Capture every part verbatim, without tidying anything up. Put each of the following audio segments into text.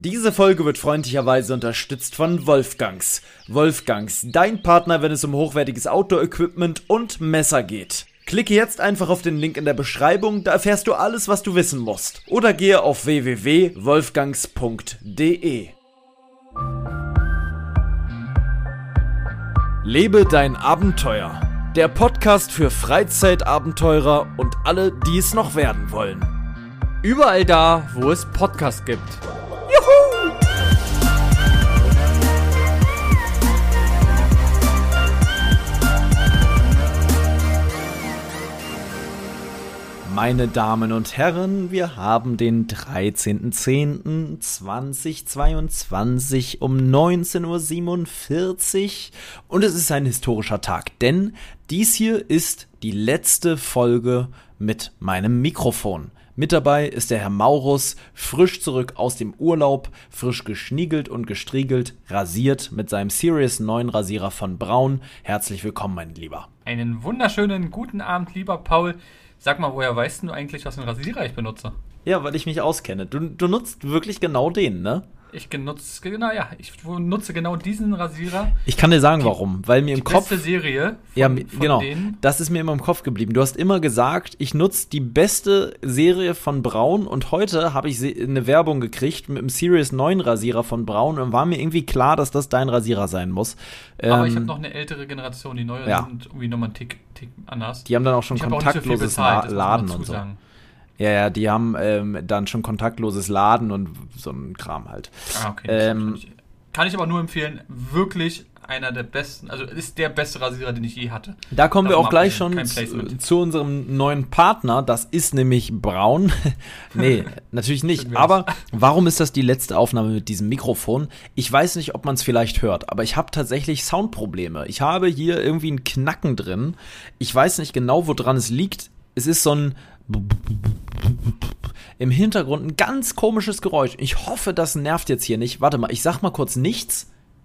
Diese Folge wird freundlicherweise unterstützt von Wolfgangs. Wolfgangs, dein Partner, wenn es um hochwertiges Outdoor-Equipment und Messer geht. Klicke jetzt einfach auf den Link in der Beschreibung, da erfährst du alles, was du wissen musst. Oder gehe auf w w w punkt wolfgangs punkt d e. Lebe dein Abenteuer. Der Podcast für Freizeitabenteurer und alle, die es noch werden wollen. Überall da, wo es Podcasts gibt. Meine Damen und Herren, wir haben den dreizehnten zehnten zweitausendzweiundzwanzig um neunzehn Uhr siebenundvierzig und es ist ein historischer Tag, denn dies hier ist die letzte Folge mit meinem Mikrofon. Mit dabei ist der Herr Maurus, frisch zurück aus dem Urlaub, frisch geschniegelt und gestriegelt, rasiert mit seinem Series neun Rasierer von Braun. Herzlich willkommen, mein Lieber. Einen wunderschönen guten Abend, lieber Paul. Sag mal, woher weißt du eigentlich, was für einen Rasierer ich benutze? Ja, weil ich mich auskenne. Du, du nutzt wirklich genau den, ne? Ich genutze, genau, ja, ich nutze genau diesen Rasierer. Ich kann dir sagen, die, warum. Weil mir im die Kopf... Die beste Serie von, ja, von genau, denen. Das ist mir immer im Kopf geblieben. Du hast immer gesagt, ich nutze die beste Serie von Braun und heute habe ich eine Werbung gekriegt mit dem Series neun Rasierer von Braun und war mir irgendwie klar, dass das dein Rasierer sein muss. Aber ähm, ich habe noch eine ältere Generation, die neue ja. sind irgendwie nochmal einen Tick, Tick anders. Die haben dann auch schon kontaktloses auch so Laden und so. Sagen. Ja, ja, die haben ähm, dann schon kontaktloses Laden und so ein Kram halt. Ah, okay. Ähm, ich, kann ich aber nur empfehlen, wirklich einer der besten, also ist der beste Rasierer, den ich je hatte. Da kommen Darum wir auch gleich schon zu, zu unserem neuen Partner, das ist nämlich Braun. Nee, natürlich nicht, aber warum ist das die letzte Aufnahme mit diesem Mikrofon? Ich weiß nicht, ob man es vielleicht hört, aber ich habe tatsächlich Soundprobleme. Ich habe hier irgendwie ein Knacken drin. Ich weiß nicht genau, woran es liegt. Es ist so ein im Hintergrund ein ganz komisches Geräusch. Ich hoffe, das nervt jetzt hier nicht. Warte mal, ich sag mal kurz nichts.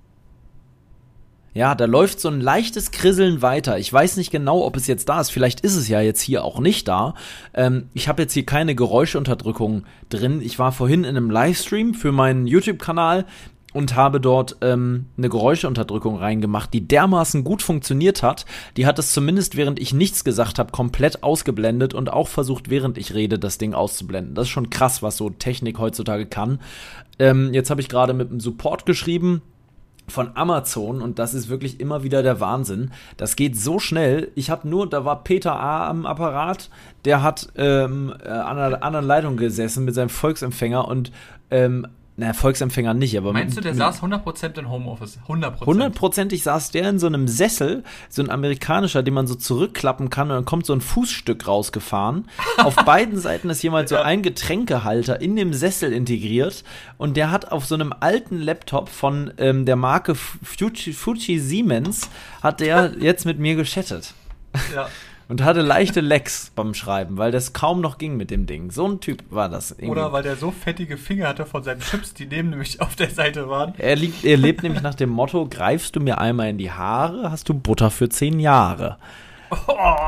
Ja, da läuft so ein leichtes Krisseln weiter. Ich weiß nicht genau, ob es jetzt da ist. Vielleicht ist es ja jetzt hier auch nicht da. Ähm, ich habe jetzt hier keine Geräuschunterdrückung drin. Ich war vorhin in einem Livestream für meinen YouTube-Kanal und habe dort ähm, eine Geräuscheunterdrückung reingemacht, die dermaßen gut funktioniert hat. Die hat es zumindest, während ich nichts gesagt habe, komplett ausgeblendet und auch versucht, während ich rede, das Ding auszublenden. Das ist schon krass, was so Technik heutzutage kann. Ähm, jetzt habe ich gerade mit einem Support geschrieben von Amazon und das ist wirklich immer wieder der Wahnsinn. Das geht so schnell. Ich habe nur, da war Peter A. am Apparat, der hat ähm, an einer anderen Leitung gesessen mit seinem Volksempfänger und ähm, Na, Volksempfänger nicht, aber... Meinst mit, du, der mit, saß hundert Prozent in Homeoffice? hundert Prozent. Hundertprozentig saß der in so einem Sessel, so ein amerikanischer, den man so zurückklappen kann und dann kommt so ein Fußstück rausgefahren. Auf beiden Seiten ist jemand so ein Getränkehalter in dem Sessel integriert und der hat auf so einem alten Laptop von ähm, der Marke Fuji, Fuji Siemens, hat der jetzt mit mir geschattet. Ja. Und hatte leichte Lecks beim Schreiben, weil das kaum noch ging mit dem Ding. So ein Typ war das. Irgendwie. Oder weil der so fettige Finger hatte von seinen Chips, die neben nämlich auf der Seite waren. Er, liegt, er lebt nämlich nach dem Motto, greifst du mir einmal in die Haare, hast du Butter für zehn Jahre. Oh.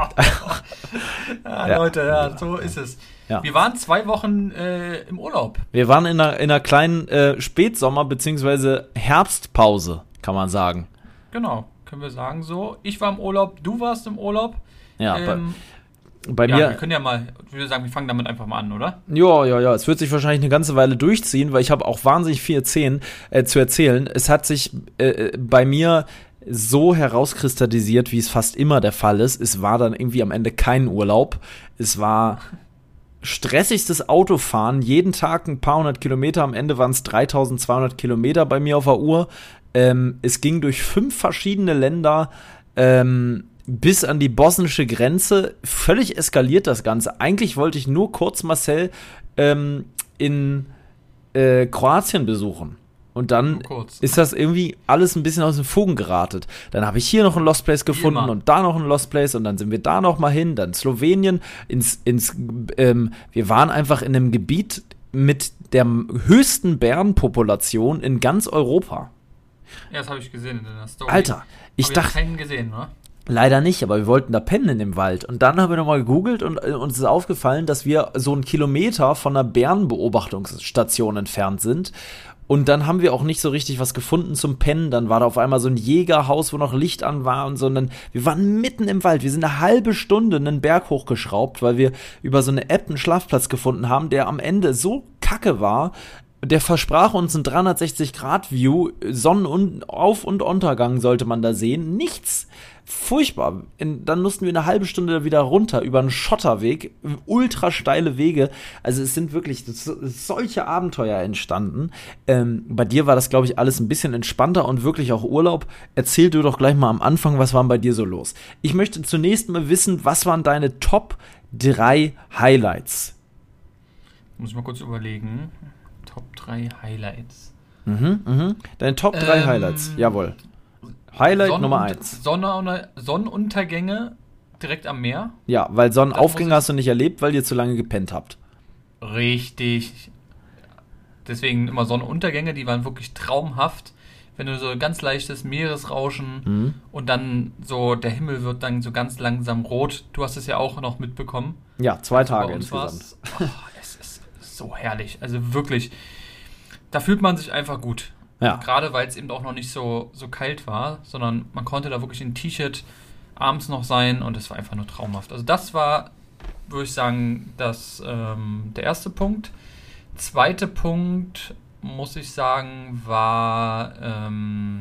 ja, ja, Leute, ja, so ist es. Ja. Wir waren zwei Wochen äh, im Urlaub. Wir waren in einer, in einer kleinen äh, Spätsommer- bzw. Herbstpause, kann man sagen. Genau, können wir sagen so. Ich war im Urlaub, du warst im Urlaub. Ja, ähm, bei, bei ja, mir... wir können ja mal, ich würde sagen, wir fangen damit einfach mal an, oder? Ja, ja, ja, es wird sich wahrscheinlich eine ganze Weile durchziehen, weil ich habe auch wahnsinnig viel erzählen, äh, zu erzählen. Es hat sich äh, bei mir so herauskristallisiert, wie es fast immer der Fall ist. Es war dann irgendwie am Ende kein Urlaub. Es war stressigstes Autofahren, jeden Tag ein paar hundert Kilometer. Am Ende waren es dreitausendzweihundert Kilometer bei mir auf der Uhr. Ähm, es ging durch fünf verschiedene Länder, ähm, bis an die bosnische Grenze. Völlig eskaliert das Ganze. Eigentlich wollte ich nur kurz Marcel ähm, in äh, Kroatien besuchen. Und dann ist das irgendwie alles ein bisschen aus den Fugen geratet. Dann habe ich hier noch ein Lost Place gefunden und da noch ein Lost Place und dann sind wir da noch mal hin, dann Slowenien, ins, ins ähm, wir waren einfach in einem Gebiet mit der höchsten Bärenpopulation in ganz Europa. Ja, das habe ich gesehen in der Story. Alter, ich dachte... keinen gesehen, ne? Leider nicht, aber wir wollten da pennen in dem Wald. Und dann haben wir nochmal gegoogelt und äh, uns ist aufgefallen, dass wir so einen Kilometer von einer Bärenbeobachtungsstation entfernt sind. Und dann haben wir auch nicht so richtig was gefunden zum Pennen. Dann war da auf einmal so ein Jägerhaus, wo noch Licht an war und so. Und dann, wir waren mitten im Wald. Wir sind eine halbe Stunde einen Berg hochgeschraubt, weil wir über so eine App einen Schlafplatz gefunden haben, der am Ende so kacke war. Der versprach uns ein dreihundertsechzig Grad View, Sonnenauf- und Untergang sollte man da sehen. Nichts. Furchtbar. In, dann mussten wir eine halbe Stunde wieder runter über einen Schotterweg, ultra steile Wege. Also es sind wirklich so, solche Abenteuer entstanden. Ähm, bei dir war das, glaube ich, alles ein bisschen entspannter und wirklich auch Urlaub. Erzähl du doch gleich mal am Anfang, was war bei dir so los? Ich möchte zunächst mal wissen, was waren deine Top drei Highlights? Muss ich mal kurz überlegen. Top drei Highlights. Mhm, mhm. Deine Top drei Ähm, Highlights, jawohl. Highlight Sonnenunt- Nummer eins. Sonne, Sonnenuntergänge direkt am Meer. Ja, weil Sonnenaufgänge Das muss hast du nicht erlebt, weil ihr zu lange gepennt habt. Richtig. Deswegen immer Sonnenuntergänge, die waren wirklich traumhaft. Wenn du so ganz leichtes Meeresrauschen Mhm. und dann so der Himmel wird dann so ganz langsam rot. Du hast es ja auch noch mitbekommen. Ja, zwei Also bei Tage uns insgesamt. war's- Oh, es ist so herrlich. Also wirklich, da fühlt man sich einfach gut. Ja. Gerade weil es eben auch noch nicht so, so kalt war, sondern man konnte da wirklich in T-Shirt abends noch sein und es war einfach nur traumhaft. Also das war, würde ich sagen, das, ähm, der erste Punkt. Zweiter Punkt, muss ich sagen, war ähm,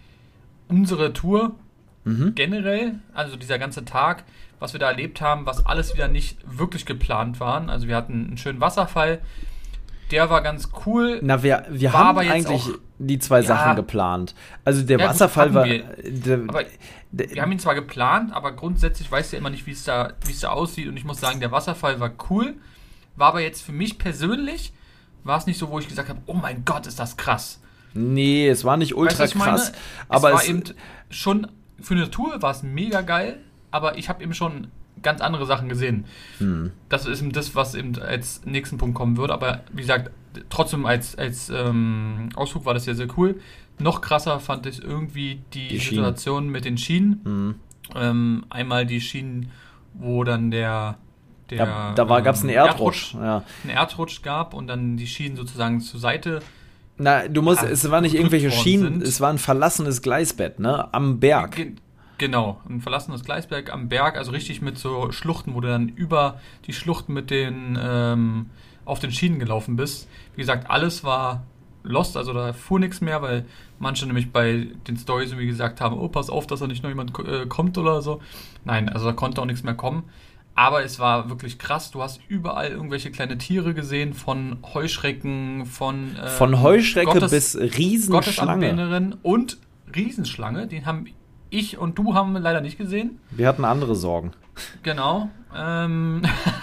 unsere Tour Mhm. generell, also dieser ganze Tag, was wir da erlebt haben, was alles wieder nicht wirklich geplant waren. Also wir hatten einen schönen Wasserfall, der war ganz cool. Na, wir, wir War haben aber jetzt eigentlich auch- die zwei Ja. Sachen geplant. Also der Ja, gut, Wasserfall hatten war. wir. Der, Aber der, wir haben ihn zwar geplant, aber grundsätzlich weißt du ja immer nicht, wie es da, wie es da aussieht. Und ich muss sagen, der Wasserfall war cool, war aber jetzt für mich persönlich, war es nicht so, wo ich gesagt habe, oh mein Gott, ist das krass. nee, es war nicht ultra Weißt du, was ich meine? krass. Aber es war es, eben schon, für eine Tour war es mega geil, aber ich habe eben schon ganz andere Sachen gesehen. hm. Das ist eben das, was eben als nächsten Punkt kommen wird. Aber wie gesagt, trotzdem als, als ähm, Ausflug war das ja sehr cool. Noch krasser fand ich irgendwie die, Die Schienen. Situation mit den Schienen. Hm. Ähm, einmal die Schienen, wo dann der, der Da, da war, ähm, gab es einen Erdrutsch. Ja. einen Erdrutsch gab und dann die Schienen sozusagen zur Seite. Na, du musst, Ah, es waren nicht gedrückt irgendwelche worden Schienen, sind. es war ein verlassenes Gleisbett, ne? Am Berg. Ge- Genau, ein verlassenes Gleisberg am Berg, also richtig mit so Schluchten, wo du dann über die Schluchten mit den ähm, auf den Schienen gelaufen bist. Wie gesagt, alles war lost, also da fuhr nichts mehr, weil manche nämlich bei den Storys irgendwie gesagt haben, oh, pass auf, dass da nicht noch jemand äh, kommt oder so. Nein, also da konnte auch nichts mehr kommen. Aber es war wirklich krass. Du hast überall irgendwelche kleine Tiere gesehen, von Heuschrecken, von ähm, Von Heuschrecke Gottes- bis Riesenschlange. Gottesanbeterin und Riesenschlange. Den haben ich und du haben leider nicht gesehen. Wir hatten andere Sorgen. Genau. Ähm,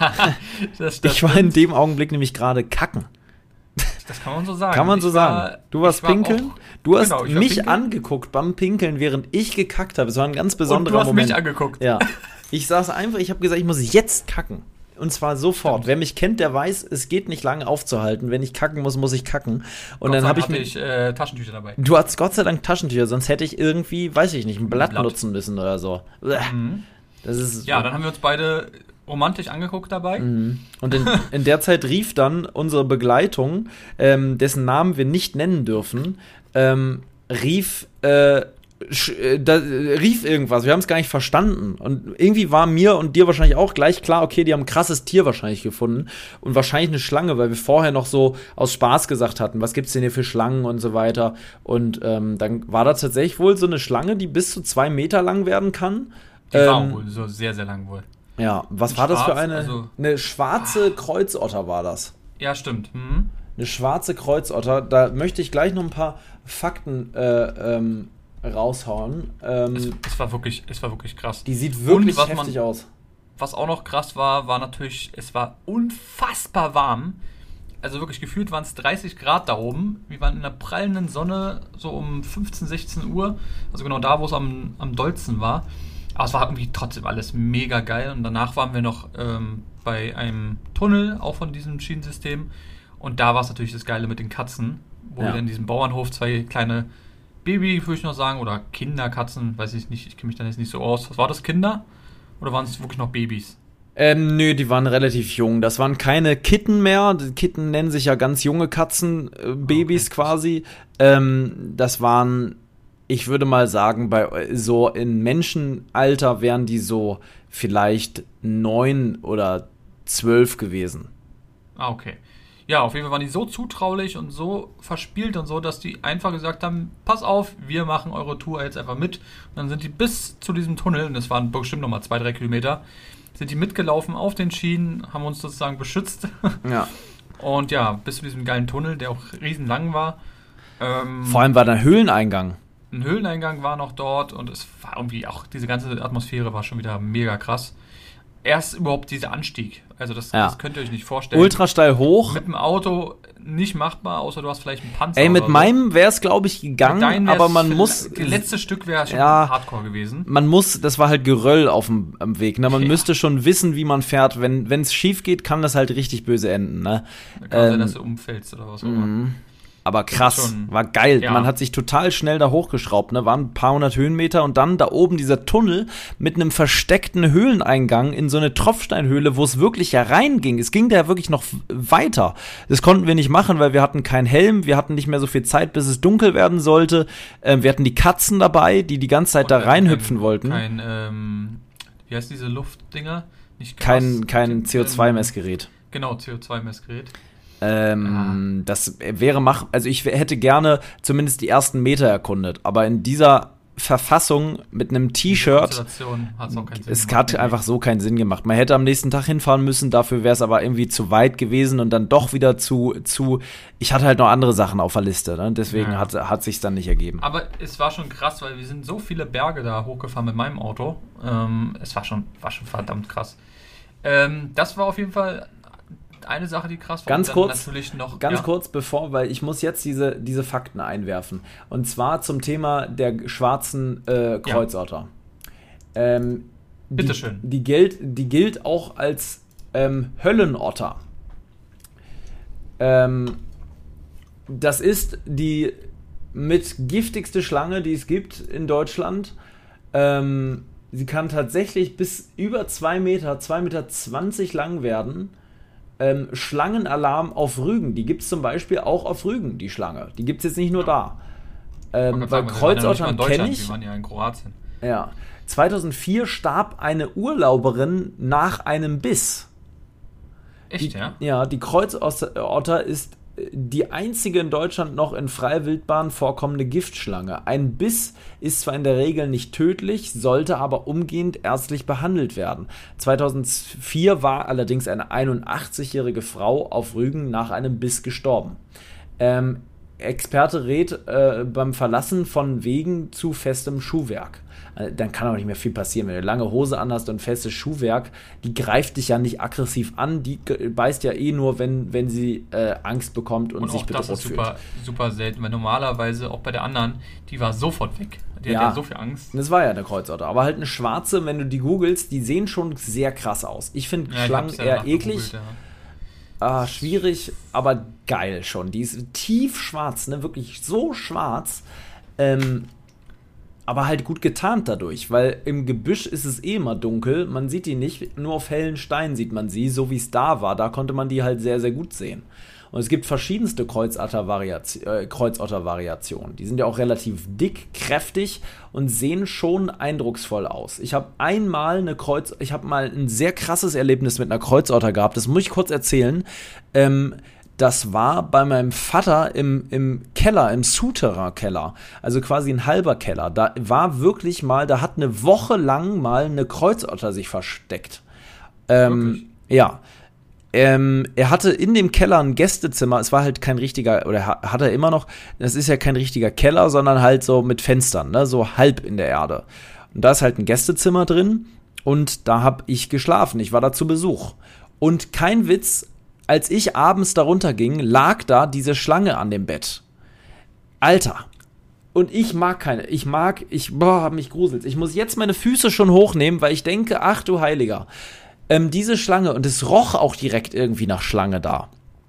das, das, Ich war in dem Augenblick nämlich gerade kacken. das kann man so sagen. Kann man so Ich sagen. war- Du warst ich war pinkeln. auch- Du hast Genau, ich war mich pinkeln. angeguckt beim Pinkeln, während ich gekackt habe. Es war ein ganz Und besonderer du hast Moment. mich angeguckt. Ja. Ich saß einfach, ich habe gesagt, ich muss jetzt kacken. Und zwar sofort. Stimmt. Wer mich kennt, der weiß, es geht nicht lange aufzuhalten. Wenn ich kacken muss, muss ich kacken. Und Gott dann sei habe ich Dank mir. hatte ich äh, Taschentücher dabei. Du hattest Gott sei Dank Taschentücher, sonst hätte ich irgendwie, weiß ich nicht, ein Blatt, Blatt. nutzen müssen oder so. Uäh. Mhm. Das ist. Ja, dann haben wir uns beide romantisch angeguckt dabei. Mhm. Und in, in der Zeit rief dann unsere Begleitung, ähm, dessen Namen wir nicht nennen dürfen, ähm, rief, äh, sch, äh, da, äh, rief irgendwas. Wir haben es gar nicht verstanden. Und irgendwie war mir und dir wahrscheinlich auch gleich klar, okay, die haben ein krasses Tier wahrscheinlich gefunden. Und wahrscheinlich eine Schlange, weil wir vorher noch so aus Spaß gesagt hatten, was gibt's denn hier für Schlangen und so weiter. Und ähm, dann war da tatsächlich wohl so eine Schlange, die bis zu zwei Meter lang werden kann. Die war Ähm, wohl so sehr, sehr lang wohl. Ja, was In war das für Schwarz, eine? also- eine schwarze Kreuzotter war das. Ja, stimmt. Mhm. Eine schwarze Kreuzotter. Da möchte ich gleich noch ein paar Fakten äh, ähm, raushauen. Ähm, Es, es, war wirklich, es war wirklich krass. die sieht wirklich was man- heftig aus. Was auch noch krass war, war natürlich, es war unfassbar warm. Also wirklich gefühlt waren es dreißig Grad da oben. Wir waren in der prallenden Sonne, so um fünfzehn, sechzehn Uhr. Also genau da, wo es am, am dollsten war. Aber es war irgendwie trotzdem alles mega geil. Und danach waren wir noch ähm, bei einem Tunnel, auch von diesem Schienensystem. Und da war es natürlich das Geile mit den Katzen, wo Ja. wir in diesem Bauernhof zwei kleine Baby, würde ich noch sagen, oder Kinderkatzen, weiß ich nicht, ich kenne mich da jetzt nicht so aus. Was war das, Kinder? Oder waren es wirklich noch Babys? Ähm, nö, die waren relativ jung. Das waren keine Kitten mehr. Die Kitten nennen sich ja ganz junge Katzenbabys äh, Babys Okay. quasi. Ähm, das waren, ich würde mal sagen, bei so in Menschenalter wären die so vielleicht neun oder zwölf gewesen. Ah, okay. Ja, auf jeden Fall waren die so zutraulich und so verspielt und so, dass die einfach gesagt haben, pass auf, wir machen eure Tour jetzt einfach mit. Und dann sind die bis zu diesem Tunnel, und das waren bestimmt nochmal zwei, drei Kilometer, sind die mitgelaufen auf den Schienen, haben uns sozusagen beschützt. Ja. Und ja, bis zu diesem geilen Tunnel, der auch riesenlang war. Ähm, Vor allem war da ein Höhleneingang. ein Höhleneingang war noch dort und es war irgendwie auch, diese ganze Atmosphäre war schon wieder mega krass. Erst überhaupt dieser Anstieg, also das, Ja. das könnt ihr euch nicht vorstellen. Ultra steil hoch. Mit dem Auto nicht machbar, außer du hast vielleicht einen Panzer. Ey, mit oder so. meinem wäre es, glaube ich, Mit gegangen, deinen wär's aber man für- muss. Das letzte Stück wäre schon Ja. Hardcore gewesen. Man muss, das war halt Geröll auf dem am Weg, ne? Man Ja. müsste schon wissen, wie man fährt. Wenn es schief geht, kann das halt richtig böse enden, ne? Da kann sein, Ähm, dass du umfällst oder was auch immer. Aber krass, schon- war geil. ja. Man hat sich total schnell da hochgeschraubt, ne? Waren ein paar hundert Höhenmeter und dann da oben dieser Tunnel mit einem versteckten Höhleneingang in so eine Tropfsteinhöhle, wo es wirklich ja reinging. Es ging da ja wirklich noch weiter. Das konnten wir nicht machen, weil wir hatten keinen Helm, wir hatten nicht mehr so viel Zeit, bis es dunkel werden sollte. Ähm, wir hatten die Katzen dabei, die die ganze Zeit da Und, äh, reinhüpfen kein, wollten. Kein, ähm, wie heißt diese Luftdinger? Nicht Gas, Kein, kein ähm, C O zwei Messgerät. Genau, C O zwei Messgerät. Ähm, das wäre mach, also ich hätte gerne zumindest die ersten Meter erkundet, aber in dieser Verfassung mit einem T-Shirt, Konstellation hat's auch keinen Sinn es gemacht. hat einfach so keinen Sinn gemacht. Man hätte am nächsten Tag hinfahren müssen, dafür wäre es aber irgendwie zu weit gewesen und dann doch wieder zu, zu, ich hatte halt noch andere Sachen auf der Liste, ne? Deswegen Ja. hat, hat sich's dann nicht ergeben. Aber es war schon krass, weil wir sind so viele Berge da hochgefahren mit meinem Auto. Ähm, es war schon, war schon verdammt krass. Ähm, das war auf jeden Fall eine Sache, die krass war. Ganz Und dann kurz, natürlich noch, Ganz ja, kurz bevor, weil ich muss jetzt diese, diese Fakten einwerfen. Und zwar zum Thema der schwarzen äh, Kreuzotter. Ähm, die, Bitteschön. Die gilt, die gilt auch als ähm, Höllenotter. Ähm, das ist die mit giftigste Schlange, die es gibt in Deutschland. Ähm, sie kann tatsächlich bis über zwei Meter, zwei Meter zwanzig lang werden. Ähm, Schlangenalarm auf Rügen. Die gibt es zum Beispiel auch auf Rügen, die Schlange. Die gibt es jetzt nicht nur da. Ähm, ich weil wollte gerade sagen, wir waren ja noch nicht mal Kreuzottern in kenne Deutschland, ich. Wir waren ja in Kroatien. Ja. zweitausendvier starb eine Urlauberin nach einem Biss. Echt, Die, ja? ja, die Kreuzotter ist die einzige in Deutschland noch in freier Wildbahn vorkommende Giftschlange. Ein Biss ist zwar in der Regel nicht tödlich, sollte aber umgehend ärztlich behandelt werden. zweitausendvier war allerdings eine einundachtzigjährige Frau auf Rügen nach einem Biss gestorben. Ähm, Experte rät äh, beim Verlassen von Wegen zu festem Schuhwerk. Äh, dann kann auch nicht mehr viel passieren. Wenn du lange Hose anhast und festes Schuhwerk, die greift dich ja nicht aggressiv an, die g- beißt ja eh nur, wenn, wenn sie äh, Angst bekommt und, Und sich auch das bedroht ist fühlt. super, super selten, weil normalerweise auch bei der anderen, die war sofort weg. Die Ja. hat ja so viel Angst. Das war ja eine Kreuzotter. Aber halt eine schwarze, wenn du die googelst, die sehen schon sehr krass aus. Ich finde Ja, ich Schlangen hab's ja eher danach eklig. gegoogelt, ja. Ah, schwierig, aber geil schon. Die ist tiefschwarz, ne? Wirklich so schwarz. Ähm, aber halt gut getarnt dadurch, weil im Gebüsch ist es eh immer dunkel. Man sieht die nicht, nur auf hellen Steinen sieht man sie, so wie es da war. Da konnte man die halt sehr, sehr gut sehen. Und es gibt verschiedenste Kreuzotter-Variation- äh, Kreuzotter-Variationen. Die sind ja auch relativ dick, kräftig und sehen schon eindrucksvoll aus. Ich habe einmal eine Kreuz, ich habe mal ein sehr krasses Erlebnis mit einer Kreuzotter gehabt. Das muss ich kurz erzählen. Ähm, das war bei meinem Vater im, im Keller, im Souterrain-Keller, also quasi ein halber Keller. Da war wirklich mal, da hat eine Woche lang mal eine Kreuzotter sich versteckt. Ähm, Wirklich? ja. Ähm, er hatte in dem Keller ein Gästezimmer, es war halt kein richtiger, oder ha- hat er immer noch, das ist ja kein richtiger Keller, sondern halt so mit Fenstern, ne, so halb in der Erde. Und da ist halt ein Gästezimmer drin und da hab ich geschlafen, ich war da zu Besuch. Und kein Witz, als ich abends darunter ging, lag da diese Schlange an dem Bett. Alter. Und ich mag keine, ich mag, ich, boah, mich gruselt. Ich muss jetzt meine Füße schon hochnehmen, weil ich denke, ach du Heiliger. Ähm, diese Schlange, und es roch auch direkt irgendwie nach Schlange da.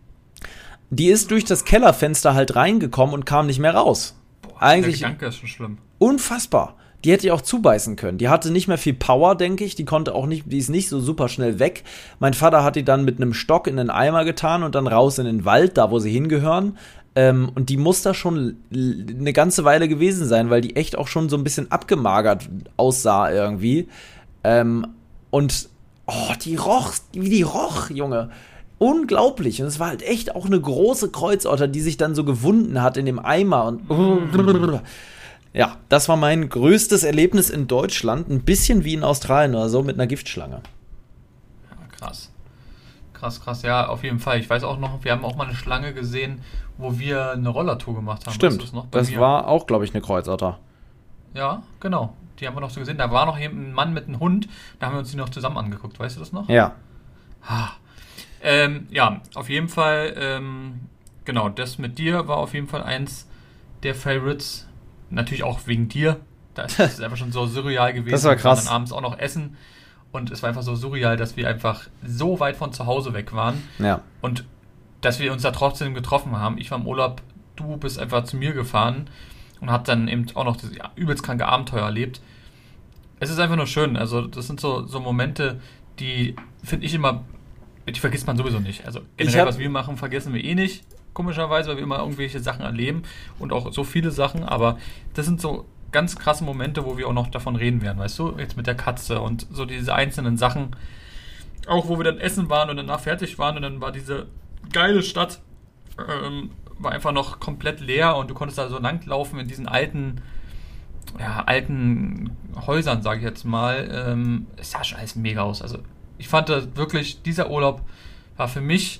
Die ist durch das Kellerfenster halt reingekommen und kam nicht mehr raus. Boah, Eigentlich der Gedanke ist schon schlimm. unfassbar. die hätte ich auch zubeißen können. Die hatte nicht mehr viel Power, denke ich. Die konnte auch nicht, die ist nicht so super schnell weg. Mein Vater hat die dann mit einem Stock in den Eimer getan und dann raus in den Wald, da wo sie hingehören. Ähm, und die muss da schon eine ganze Weile gewesen sein, weil die echt auch schon so ein bisschen abgemagert aussah irgendwie. Ähm, und oh, die roch, wie die roch, Junge. Unglaublich. Und es war halt echt auch eine große Kreuzotter, die sich dann so gewunden hat in dem Eimer. Und ja, das war mein größtes Erlebnis in Deutschland. Ein bisschen wie in Australien oder so mit einer Giftschlange. Ja, krass. Krass, krass. Ja, auf jeden Fall. Ich weiß auch noch, wir haben auch mal eine Schlange gesehen, wo wir eine Rollertour gemacht haben. Stimmt. Das, noch? das war auch, glaube ich, eine Kreuzotter. Ja, genau. Die haben wir noch so gesehen. Da war noch ein Mann mit einem Hund. Da haben wir uns die noch zusammen angeguckt. Weißt du das noch? Ja. Ah. Ähm, ja, auf jeden Fall, ähm, genau, das mit dir war auf jeden Fall eins der Favorites. Natürlich auch wegen dir. Das ist einfach schon so surreal gewesen. Das war krass. Wir waren dann abends auch noch essen. Und es war einfach so surreal, dass wir einfach so weit von zu Hause weg waren. Ja. Und dass wir uns da trotzdem getroffen haben. Ich war im Urlaub, du bist einfach zu mir gefahren und hab dann eben auch noch das übelst kranke Abenteuer erlebt. Es ist einfach nur schön. Also das sind so, so Momente, die finde ich immer, die vergisst man sowieso nicht. Also generell, hab, was wir machen, vergessen wir eh nicht. Komischerweise, weil wir immer irgendwelche Sachen erleben und auch so viele Sachen. Aber das sind so ganz krasse Momente, wo wir auch noch davon reden werden, weißt du? Jetzt mit der Katze und so diese einzelnen Sachen. Auch wo wir dann essen waren und danach fertig waren und dann war diese geile Stadt, ähm, war einfach noch komplett leer und du konntest da so langlaufen in diesen alten, ja, alten Häusern, sage ich jetzt mal. Ähm, es sah schon alles mega aus. Also ich fand das wirklich, dieser Urlaub war für mich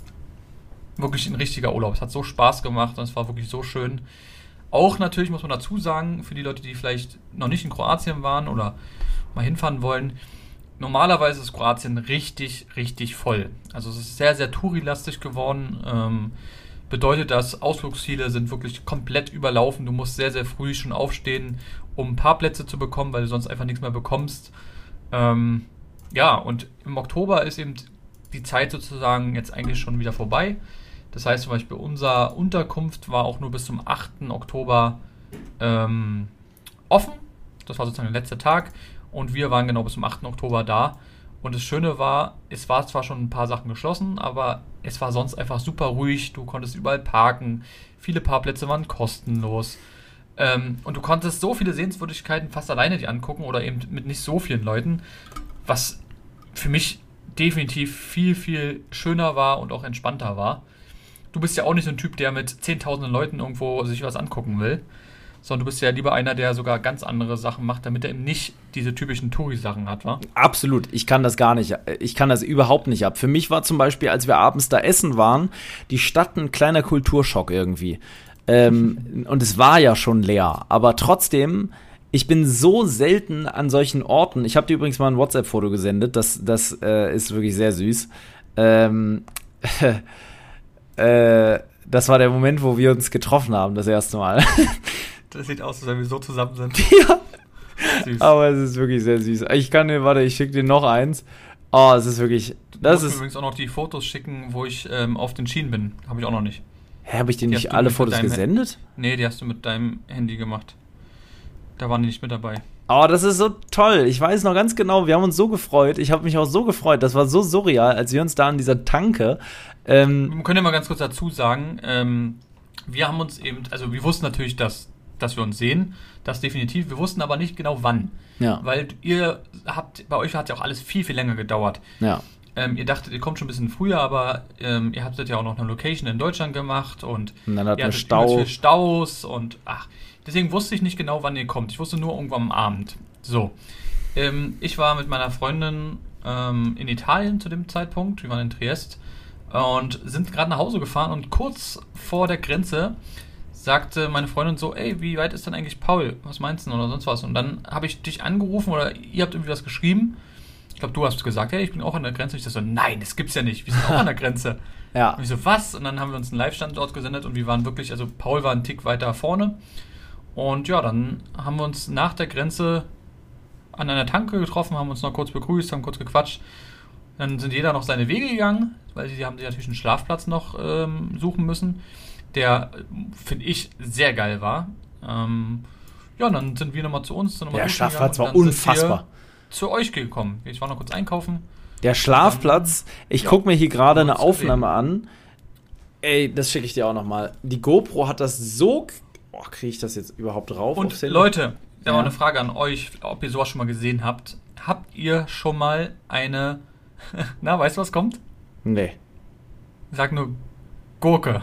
wirklich ein richtiger Urlaub. Es hat so Spaß gemacht und es war wirklich so schön. Auch natürlich muss man dazu sagen, für die Leute, die vielleicht noch nicht in Kroatien waren oder mal hinfahren wollen, normalerweise ist Kroatien richtig, richtig voll. Also es ist sehr, sehr tourilastig geworden. Ähm, bedeutet das, Ausflugsziele sind wirklich komplett überlaufen. Du musst sehr, sehr früh schon aufstehen, um Parkplätze zu bekommen, weil du sonst einfach nichts mehr bekommst. Ähm, ja, und im Oktober ist eben die Zeit sozusagen jetzt eigentlich schon wieder vorbei. Das heißt zum Beispiel, unsere Unterkunft war auch nur bis zum achten Oktober ähm, offen. Das war sozusagen der letzte Tag. Und wir waren genau bis zum achten Oktober da. Und das Schöne war, es war zwar schon ein paar Sachen geschlossen, aber es war sonst einfach super ruhig. Du konntest überall parken. Viele Parkplätze waren kostenlos. Ähm, und du konntest so viele Sehenswürdigkeiten fast alleine dir angucken oder eben mit nicht so vielen Leuten, was für mich definitiv viel, viel schöner war und auch entspannter war. Du bist ja auch nicht so ein Typ, der mit zehntausenden Leuten irgendwo sich was angucken will, sondern du bist ja lieber einer, der sogar ganz andere Sachen macht, damit er eben nicht diese typischen Touri-Sachen hat, wa? Absolut, ich kann das gar nicht, ich kann das überhaupt nicht ab. Für mich war zum Beispiel, als wir abends da essen waren, die Stadt ein kleiner Kulturschock irgendwie. Ähm, und es war ja schon leer, aber trotzdem, ich bin so selten an solchen Orten. Ich habe dir übrigens mal ein WhatsApp-Foto gesendet, das, das äh, ist wirklich sehr süß. Ähm, äh, das war der Moment, wo wir uns getroffen haben, das erste Mal. Das sieht aus, als wenn wir so zusammen sind. Ja. Süß. Aber es ist wirklich sehr süß. Ich kann dir, warte, ich schicke dir noch eins. Oh, es ist wirklich, das du musst ist... mir übrigens auch noch die Fotos schicken, wo ich ähm, auf den Schienen bin. Habe ich auch noch nicht. Hä, habe ich dir nicht alle Fotos gesendet? Nee, die hast du mit deinem Handy gemacht. Da waren die nicht mit dabei. Oh, das ist so toll. Ich weiß noch ganz genau, wir haben uns so gefreut. Ich habe mich auch so gefreut. Das war so surreal, als wir uns da an dieser Tanke... Ähm, wir können ja mal ganz kurz dazu sagen, ähm, wir haben uns eben, also wir wussten natürlich, dass, dass wir uns sehen, das definitiv. Wir wussten aber nicht genau wann. Ja. Weil ihr habt, bei euch hat ja auch alles viel, viel länger gedauert. Ja. Ähm, ihr dachtet, ihr kommt schon ein bisschen früher, aber ähm, ihr habtet ja auch noch eine Location in Deutschland gemacht und, und dann hatten ihr wir hattet Stau. viel Staus und ach, deswegen wusste ich nicht genau, wann ihr kommt. Ich wusste nur irgendwann am Abend. So. Ähm, ich war mit meiner Freundin ähm, in Italien zu dem Zeitpunkt. Wir waren in Triest und sind gerade nach Hause gefahren und kurz vor der Grenze sagte meine Freundin so, ey, wie weit ist denn eigentlich Paul? Was meinst du oder sonst was? Und dann habe ich dich angerufen oder ihr habt irgendwie was geschrieben. Ich glaube, du hast gesagt, hey, ich bin auch an der Grenze. Und ich so, nein, das gibt's ja nicht. Wir sind auch an der Grenze. Ja. Und ich so, was? Und dann haben wir uns einen Live-Standort gesendet und wir waren wirklich, also Paul war einen Tick weiter vorne. Und ja, dann haben wir uns nach der Grenze an einer Tanke getroffen, haben uns noch kurz begrüßt, haben kurz gequatscht. Dann sind jeder noch seine Wege gegangen, weil sie haben sich natürlich einen Schlafplatz noch ähm, suchen müssen, der, finde ich, sehr geil war. Ähm, Ja, und dann sind wir nochmal zu uns. Noch mal der Schlafplatz war und dann unfassbar. Sind wir zu euch gekommen. Ich war noch kurz einkaufen. Der Schlafplatz, ich ja, gucke mir hier gerade eine uns Aufnahme an. Ey, das schicke ich dir auch nochmal. Die GoPro hat das so... Oh, kriege ich das jetzt überhaupt drauf? Und aufs Handy? Leute, da Ja. war eine Frage an euch, ob ihr sowas schon mal gesehen habt. Habt ihr schon mal eine... Na, weißt du, was kommt? Nee. Sag nur Gurke.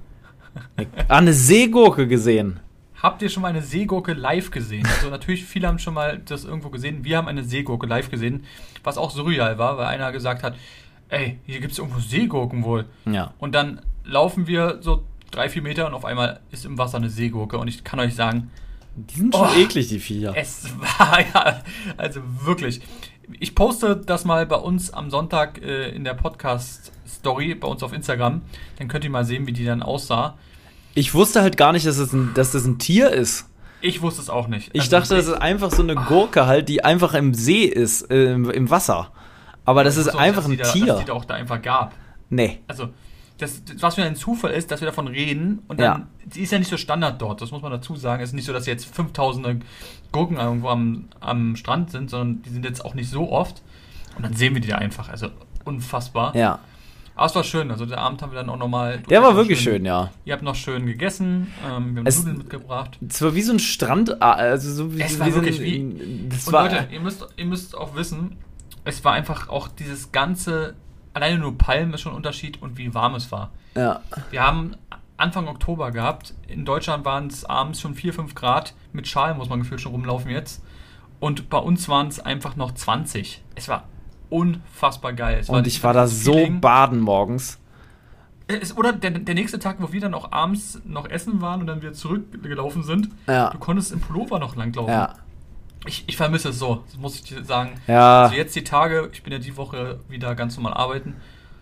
Ah, eine Seegurke gesehen. Habt ihr schon mal eine Seegurke live gesehen? Also natürlich, viele haben schon mal das irgendwo gesehen. Wir haben eine Seegurke live gesehen, was auch surreal war, weil einer gesagt hat, ey, hier gibt es irgendwo Seegurken wohl. Ja. Und dann laufen wir so drei, vier Meter und auf einmal ist im Wasser eine Seegurke. Und ich kann euch sagen, Die sind schon Oh, eklig, die Viecher. es war ja, also wirklich. Ich poste das mal bei uns am Sonntag äh, in der Podcast-Story bei uns auf Instagram. Dann könnt ihr mal sehen, wie die dann aussah. Ich wusste halt gar nicht, dass das ein, dass das ein Tier ist. Ich wusste es auch nicht. Ich Also, dachte, das ist einfach so eine Gurke halt, die einfach im See ist, äh, im, im Wasser. Aber das ich ist wusste auch, einfach dass ein die da, Tier. Dass die da auch da einfach gab. Nee. Also, das, was für ein Zufall ist, dass wir davon reden. Und dann, Ja. sie ist ja nicht so Standard dort, das muss man dazu sagen. Es ist nicht so, dass jetzt fünftausende Gurken irgendwo am, am Strand sind, sondern die sind jetzt auch nicht so oft. Und dann sehen wir die da einfach. Also, unfassbar. Ja. Aber es war schön. Also, der Abend haben wir dann auch nochmal. Der war wirklich schön, ja. Ihr habt noch schön gegessen. Ähm, wir haben Es- Nudeln mitgebracht. Es war wie so ein Strand, also so wie, Es wie war so wirklich ein, wie- Das Und war, Leute, ihr müsst, ihr müsst auch wissen, es war einfach auch dieses ganze. Alleine nur Palmen ist schon ein Unterschied und wie warm es war. ja. Wir haben Anfang Oktober gehabt. In Deutschland waren es abends schon vier, fünf Grad. Mit Schal muss man gefühlt schon rumlaufen jetzt. Und bei uns waren es einfach noch zwanzig. Es war unfassbar geil. Es Und ich war da dieses so Feeling. baden morgens. Es, oder der, der nächste Tag, wo wir dann auch abends noch essen waren und dann wieder zurückgelaufen sind. Ja. Du konntest im Pullover noch langlaufen. Ja. Ich, ich vermisse es so, das muss ich dir sagen. Ja. Also jetzt die Tage, ich bin ja die Woche wieder ganz normal arbeiten.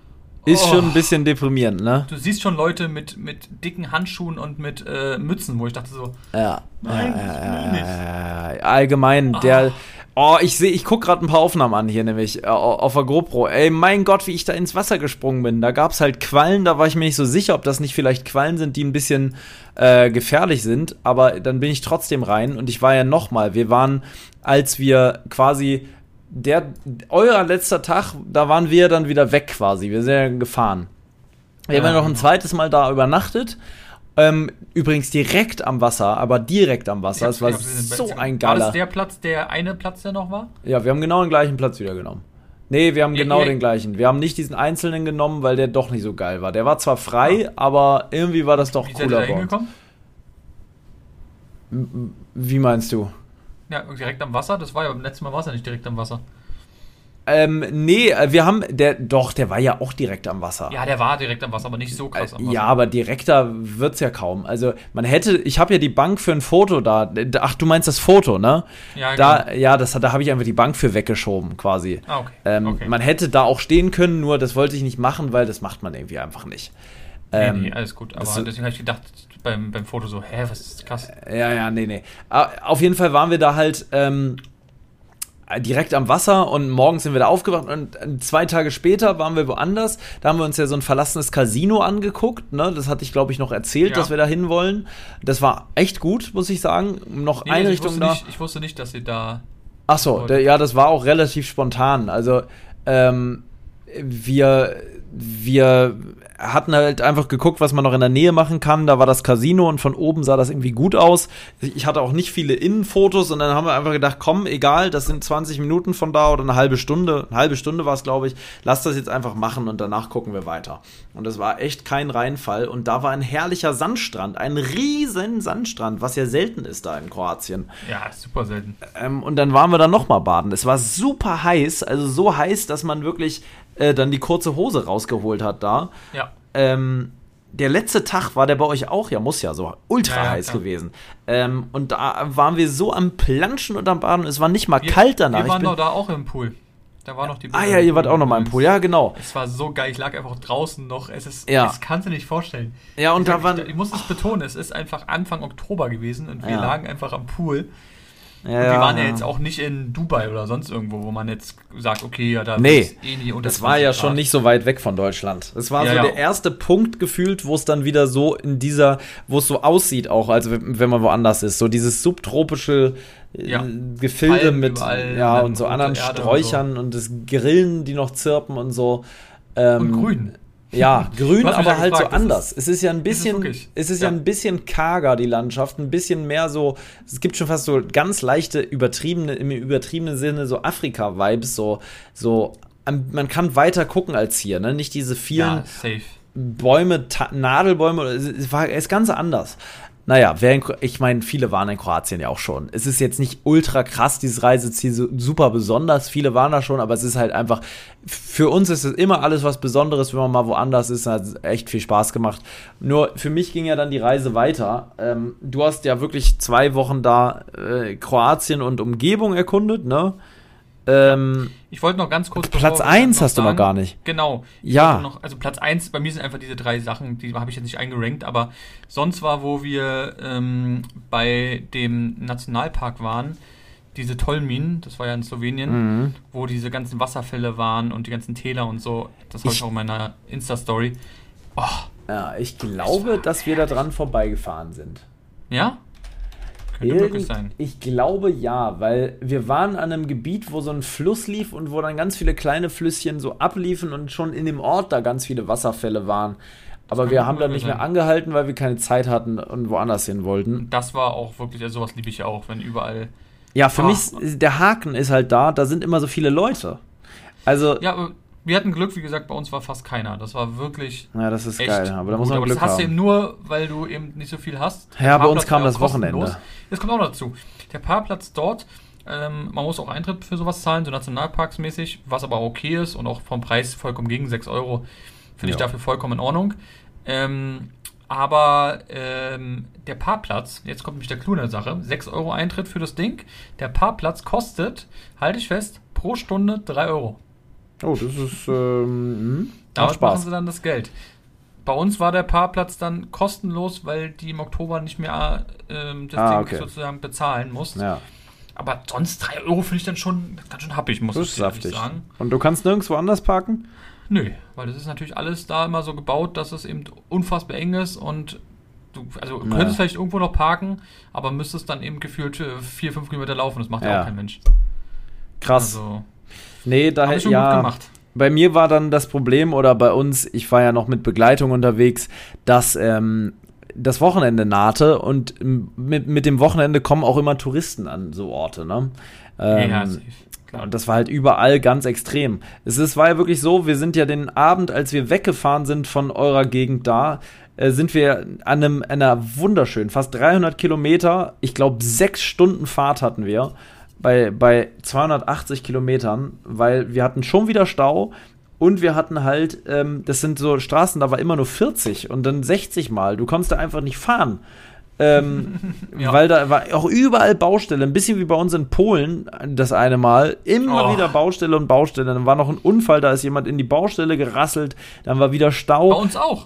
Ist Oh. schon ein bisschen deprimierend, ne? Du siehst schon Leute mit, mit dicken Handschuhen und mit äh, Mützen, wo ich dachte so, Ja. Nein, ja, ich ja, will ja, nicht. ja, ja. Allgemein, der. Oh, ich sehe, ich guck gerade ein paar Aufnahmen an hier, nämlich äh, auf der GoPro. Ey, mein Gott, wie ich da ins Wasser gesprungen bin. Da gab's halt Quallen, da war ich mir nicht so sicher, ob das nicht vielleicht Quallen sind, die ein bisschen äh, gefährlich sind. Aber dann bin ich trotzdem rein und ich war ja nochmal. Wir waren, als wir quasi der euer letzter Tag, da waren wir dann wieder weg quasi. Wir sind ja gefahren. Wir Ja, haben ja noch ein genau. zweites Mal da übernachtet. Ähm, übrigens direkt am Wasser, aber direkt am Wasser. Es war Ich hab- ich hab- so ein War das geiler. der Platz, der eine Platz, der noch war? Ja, wir haben genau den gleichen Platz wieder genommen. Nee, wir haben Ihr- genau ihr- den gleichen. Wir haben nicht diesen einzelnen genommen, weil der doch nicht so geil war. Der war zwar frei, aber irgendwie war das doch Wie seid ihr cooler da bei uns. hingekommen? M- Wie meinst du? Ja, direkt am Wasser? Das war ja beim letzten Mal war es ja nicht direkt am Wasser. Ähm, nee, äh, wir haben, der, doch, der war ja auch direkt am Wasser. Ja, der war direkt am Wasser, aber nicht so krass am Wasser. Ja, aber direkter wird's ja kaum. Also man hätte, ich habe ja die Bank für ein Foto da. Ach, du meinst das Foto, ne? Ja, Da, genau. ja, das, hat- da habe ich einfach die Bank für weggeschoben, quasi. Ah, okay. Ähm, okay. Man hätte da auch stehen können, nur das wollte ich nicht machen, weil das macht man irgendwie einfach nicht. Ähm, nee, nee, alles gut. Aber das- deswegen habe ich gedacht, beim, beim Foto so, hä, was ist krass? Ja, ja, nee, nee. Ah, auf jeden Fall waren wir da halt ähm, direkt am Wasser und morgens sind wir da aufgewacht und äh, zwei Tage später waren wir woanders. Da haben wir uns ja so ein verlassenes Casino angeguckt. Ne? Das hatte ich, glaube ich, noch erzählt, Ja. dass wir da hin wollen. Das war echt gut, muss ich sagen. Noch Nee, also ich, Einrichtung wusste da. nicht, ich wusste nicht, dass sie da. Ach so, der, ja, das war auch relativ spontan. Also ähm, wir wir hatten halt einfach geguckt, was man noch in der Nähe machen kann. Da war das Casino und von oben sah das irgendwie gut aus. Ich hatte auch nicht viele Innenfotos und dann haben wir einfach gedacht, komm, egal, das sind zwanzig Minuten von da oder eine halbe Stunde. Eine halbe Stunde war es, glaube ich. Lass das jetzt einfach machen und danach gucken wir weiter. Und das war echt kein Reinfall. Und da war ein herrlicher Sandstrand, ein riesen Sandstrand, was ja selten ist da in Kroatien. Ja, ist super selten. Ähm, und dann waren wir dann nochmal baden. Es war super heiß, also so heiß, dass man wirklich äh, dann die kurze Hose rausgeholt hat da. Ja. Ähm, der letzte Tag war der bei euch auch, ja, muss ja so ultra Ja, ja, heiß klar. gewesen. Ähm, und da waren wir so am Planschen und am Baden. Es war nicht mal Wir, kalt danach. Wir waren Ich bin, doch da auch im Pool. Da war noch die ah ja, ihr wart auch noch mal im Pool. Ja, genau. Es war so geil. Ich lag einfach draußen noch. Es ist, Ja. das kannst du nicht vorstellen. Ja, und ich, da sag, waren... ich, ich muss es betonen, es ist einfach Anfang Oktober gewesen und wir Ja. lagen einfach am Pool. Und wir waren ja jetzt auch nicht in Dubai oder sonst irgendwo, wo man jetzt sagt, okay, ja, da nee, ist eh nie unter das war ja schon nicht so weit weg von Deutschland. Es war ja, so ja. der erste Punkt gefühlt, wo es dann wieder so in dieser, wo es so aussieht auch, also wenn man woanders ist, so dieses subtropische ja. Gefilde Palmen mit ja und so anderen Erde Sträuchern und, so. Und das Grillen, die noch zirpen und so. Ähm, und grün. Ja, grün, aber ja halt gefragt, so anders. Ist, es ist ja ein bisschen, ist es ist ja. ja ein bisschen karger, die Landschaft, ein bisschen mehr so, es gibt schon fast so ganz leichte, übertriebene, im übertriebenen Sinne so Afrika-Vibes, so, so, man kann weiter gucken als hier, ne, nicht diese vielen ja, safe. Bäume, Ta- Nadelbäume, es war, es ist ganz anders. Naja, wer in, ich meine, viele waren in Kroatien ja auch schon. Es ist jetzt nicht ultra krass, dieses Reiseziel, so super besonders. Viele waren da schon, aber es ist halt einfach, für uns ist es immer alles was Besonderes, wenn man mal woanders ist. Hat echt viel Spaß gemacht. Nur für mich ging ja dann die Reise weiter. Ähm, du hast ja wirklich zwei Wochen da äh, Kroatien und Umgebung erkundet, ne? Ähm, ich wollte noch ganz kurz... Platz eins hast du noch gar nicht. Genau. Ja. Noch, also Platz eins, bei mir sind einfach diese drei Sachen, die habe ich jetzt nicht eingerankt, aber sonst war, wo wir ähm, bei dem Nationalpark waren, diese Tolmin, das war ja in Slowenien, mhm. wo diese ganzen Wasserfälle waren und die ganzen Täler und so. Das habe ich auch in meiner Insta-Story. Oh, ja, ich glaube, das dass wir da dran vorbeigefahren sind. Ja? Könnte möglich sein. Ich glaube ja, weil wir waren an einem Gebiet, wo so ein Fluss lief und wo dann ganz viele kleine Flüsschen so abliefen und schon in dem Ort da ganz viele Wasserfälle waren. Aber wir haben dann nicht mehr angehalten, weil wir keine Zeit hatten und woanders hin wollten. Das war auch wirklich, also sowas liebe ich ja auch, wenn überall... Ja, für ah. mich, der Haken ist halt da, da sind immer so viele Leute. Also... Ja, aber wir hatten Glück, wie gesagt, bei uns war fast keiner. Das war wirklich Ja, das ist echt geil, aber da muss gut. man aber Glück das hast haben. du eben nur, weil du eben nicht so viel hast. Ja, bei uns kam das Wochenende. Das kommt auch dazu. Der Parkplatz dort, ähm, man muss auch Eintritt für sowas zahlen, so Nationalparksmäßig, was aber okay ist und auch vom Preis vollkommen gegen sechs Euro, finde ich Ja. dafür vollkommen in Ordnung. Ähm, aber ähm, der Parkplatz, jetzt kommt nämlich der Clou in der Sache, sechs Euro Eintritt für das Ding. Der Parkplatz kostet, halte ich fest, pro Stunde drei Euro. Oh, das ist, ähm, Damit Spaß. machen sie dann das Geld. Bei uns war der Parkplatz dann kostenlos, weil die im Oktober nicht mehr ähm, das Ah, Ding okay. sozusagen bezahlen mussten. Ja, Aber sonst drei Euro finde ich dann schon ganz schön happig, muss das ich ist ehrlich saftig. sagen. Und du kannst nirgendwo anders parken? Nö, weil das ist natürlich alles da immer so gebaut, dass es eben unfassbar eng ist und du, also du Ja. könntest vielleicht irgendwo noch parken, aber müsstest dann eben gefühlt äh, vier, fünf Kilometer laufen. Das macht ja Ja. auch kein Mensch. Krass. Also, Nee, da hab ich schon ja, gut gemacht. Bei mir war dann das Problem, oder bei uns, ich war ja noch mit Begleitung unterwegs, dass ähm, das Wochenende nahte und ähm, mit, mit dem Wochenende kommen auch immer Touristen an so Orte, ne? Ähm, Ja, safe. Klar. Und das war halt überall ganz extrem. Es ist, war ja wirklich so, wir sind ja den Abend, als wir weggefahren sind von eurer Gegend da, äh, sind wir an einem, einer wunderschönen, fast dreihundert Kilometer, ich glaube sechs Stunden Fahrt hatten wir, bei, bei zweihundertachtzig Kilometern, weil wir hatten schon wieder Stau und wir hatten halt, ähm, das sind so Straßen, da war immer nur vierzig und dann sechzig Mal. Du konntest da einfach nicht fahren. Ähm, Ja. Weil da war auch überall Baustelle, ein bisschen wie bei uns in Polen das eine Mal, immer Oh. wieder Baustelle und Baustelle. Dann war noch ein Unfall, da ist jemand in die Baustelle gerasselt, dann war wieder Stau. Bei uns auch.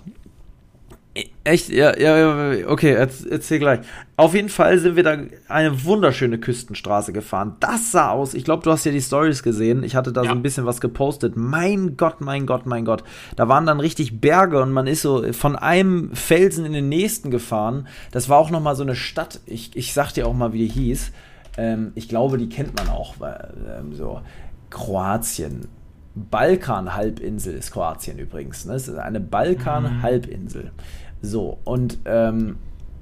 Echt? Ja, ja, ja, okay, erz- erzähl gleich. Auf jeden Fall sind wir da eine wunderschöne Küstenstraße gefahren. Das sah aus, ich glaube, du hast ja die Stories gesehen. Ich hatte da Ja. so ein bisschen was gepostet. Mein Gott, mein Gott, mein Gott. Da waren dann richtig Berge und man ist so von einem Felsen in den nächsten gefahren. Das war auch nochmal so eine Stadt. Ich, ich sag dir auch mal, wie die hieß. Ähm, ich glaube, die kennt man auch. Weil, ähm, so Kroatien. Balkan-Halbinsel ist Kroatien übrigens. Ne? Es ist eine Balkan-Halbinsel. So, und ähm,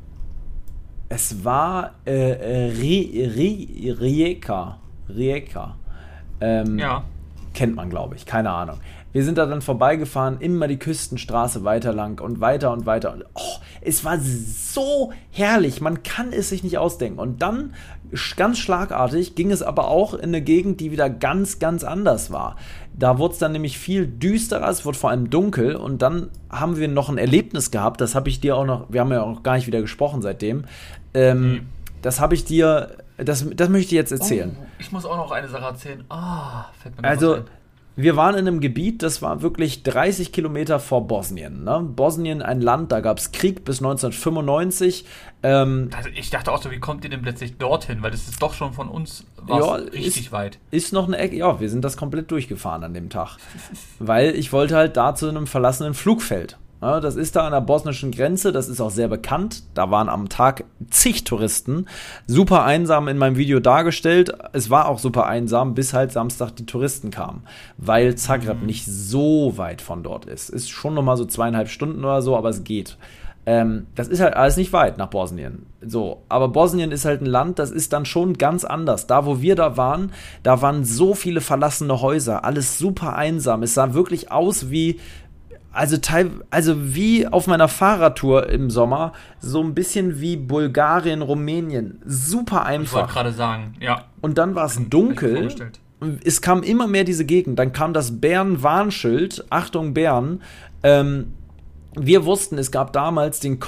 es war äh, äh, Ri- Ri- Rijeka. Rijeka. Ähm, Ja. Kennt man, glaube ich. Keine Ahnung. Wir sind da dann vorbeigefahren, immer die Küstenstraße weiter lang und weiter und weiter. Und, oh, es war so herrlich. Man kann es sich nicht ausdenken. Und dann, sch- ganz schlagartig, ging es aber auch in eine Gegend, die wieder ganz, ganz anders war. Da wurde es dann nämlich viel düsterer, es wurde vor allem dunkel. Und dann haben wir noch ein Erlebnis gehabt. Das habe ich dir auch noch, wir haben ja auch gar nicht wieder gesprochen seitdem. Ähm, Nee. Das habe ich dir, das, das möchte ich jetzt erzählen. Oh, ich muss auch noch eine Sache erzählen. Ah, fällt mir noch Also, was ein. wir waren in einem Gebiet, das war wirklich dreißig Kilometer vor Bosnien. Ne? Bosnien, ein Land, da gab es Krieg bis neunzehnhundertfünfundneunzig. Ähm, also ich dachte auch so, wie kommt ihr denn plötzlich dorthin? Weil das ist doch schon von uns ja, richtig ist, weit. Ist noch eine Ecke, ja, wir sind das komplett durchgefahren an dem Tag. Weil ich wollte halt da zu einem verlassenen Flugfeld. Ja, das ist da an der bosnischen Grenze, das ist auch sehr bekannt. Da waren am Tag zig Touristen. Super einsam in meinem Video dargestellt. Es war auch super einsam, bis halt Samstag die Touristen kamen. Weil Zagreb mhm. nicht so weit von dort ist. Ist schon nochmal so zweieinhalb Stunden oder so, aber es geht. Ähm, das ist halt alles nicht weit nach Bosnien. So, aber Bosnien ist halt ein Land, das ist dann schon ganz anders. Da, wo wir da waren, da waren so viele verlassene Häuser. Alles super einsam. Es sah wirklich aus wie... Also, teil, also wie auf meiner Fahrradtour im Sommer, so ein bisschen wie Bulgarien, Rumänien. Super einfach. Ich wollte gerade sagen, ja. Und dann war es dunkel. Es kam immer mehr diese Gegend. Dann kam das Bären-Warnschild. Achtung, Bären. Ähm, wir wussten, es gab damals den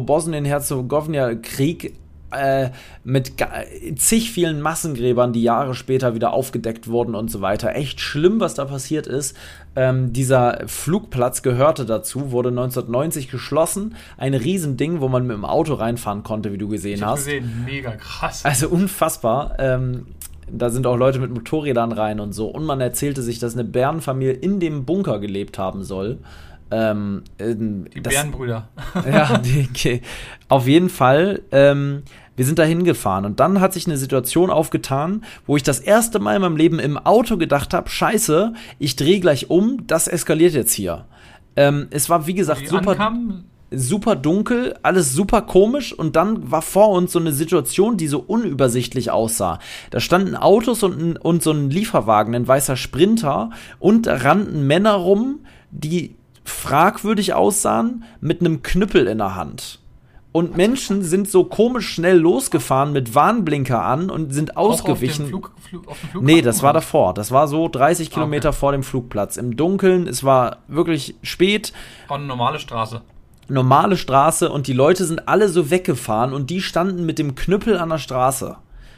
Kosovo-Bosnien-Herzegowina-Krieg äh, mit zig vielen Massengräbern, die Jahre später wieder aufgedeckt wurden und so weiter. Echt schlimm, was da passiert ist. Ähm, dieser Flugplatz gehörte dazu, wurde neunzehnhundertneunzig geschlossen. Ein Riesending, wo man mit dem Auto reinfahren konnte, wie du gesehen ich hast. Ich gesehen, mega krass. Also unfassbar. Ähm, da sind auch Leute mit Motorrädern rein und so. Und man erzählte sich, dass eine Bärenfamilie in dem Bunker gelebt haben soll. Ähm, die das, Bärenbrüder. Ja, die, okay. Auf jeden Fall. Ähm, wir sind da hingefahren und dann hat sich eine Situation aufgetan, wo ich das erste Mal in meinem Leben im Auto gedacht habe, scheiße, ich drehe gleich um, das eskaliert jetzt hier. Ähm, es war, wie gesagt, super, super dunkel, alles super komisch und dann war vor uns so eine Situation, die so unübersichtlich aussah. Da standen Autos und, ein, und so ein Lieferwagen, ein weißer Sprinter und da rannten Männer rum, die fragwürdig aussahen, mit einem Knüppel in der Hand. Und Menschen sind so komisch schnell losgefahren mit Warnblinker an und sind ausgewichen. Auch auf dem Flug, Flug, auf dem Flug nee, das war davor. Das war so dreißig Kilometer okay. vor dem Flugplatz. Im Dunkeln, es war wirklich spät. War eine normale Straße. Normale Straße und die Leute sind alle so weggefahren und die standen mit dem Knüppel an der Straße.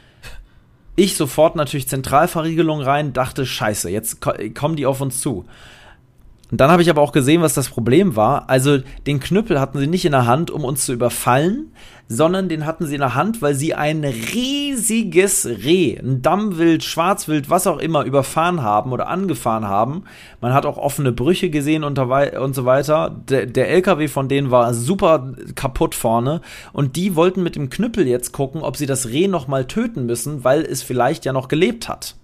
Ich sofort natürlich Zentralverriegelung rein, dachte, scheiße, jetzt kommen die auf uns zu. Und dann habe ich aber auch gesehen, was das Problem war. Also den Knüppel hatten sie nicht in der Hand, um uns zu überfallen, sondern den hatten sie in der Hand, weil sie ein riesiges Reh, ein Dammwild, Schwarzwild, was auch immer, überfahren haben oder angefahren haben. Man hat auch offene Brüche gesehen und, und so weiter. Der, der L K W von denen war super kaputt vorne und die wollten mit dem Knüppel jetzt gucken, ob sie das Reh nochmal töten müssen, weil es vielleicht ja noch gelebt hat.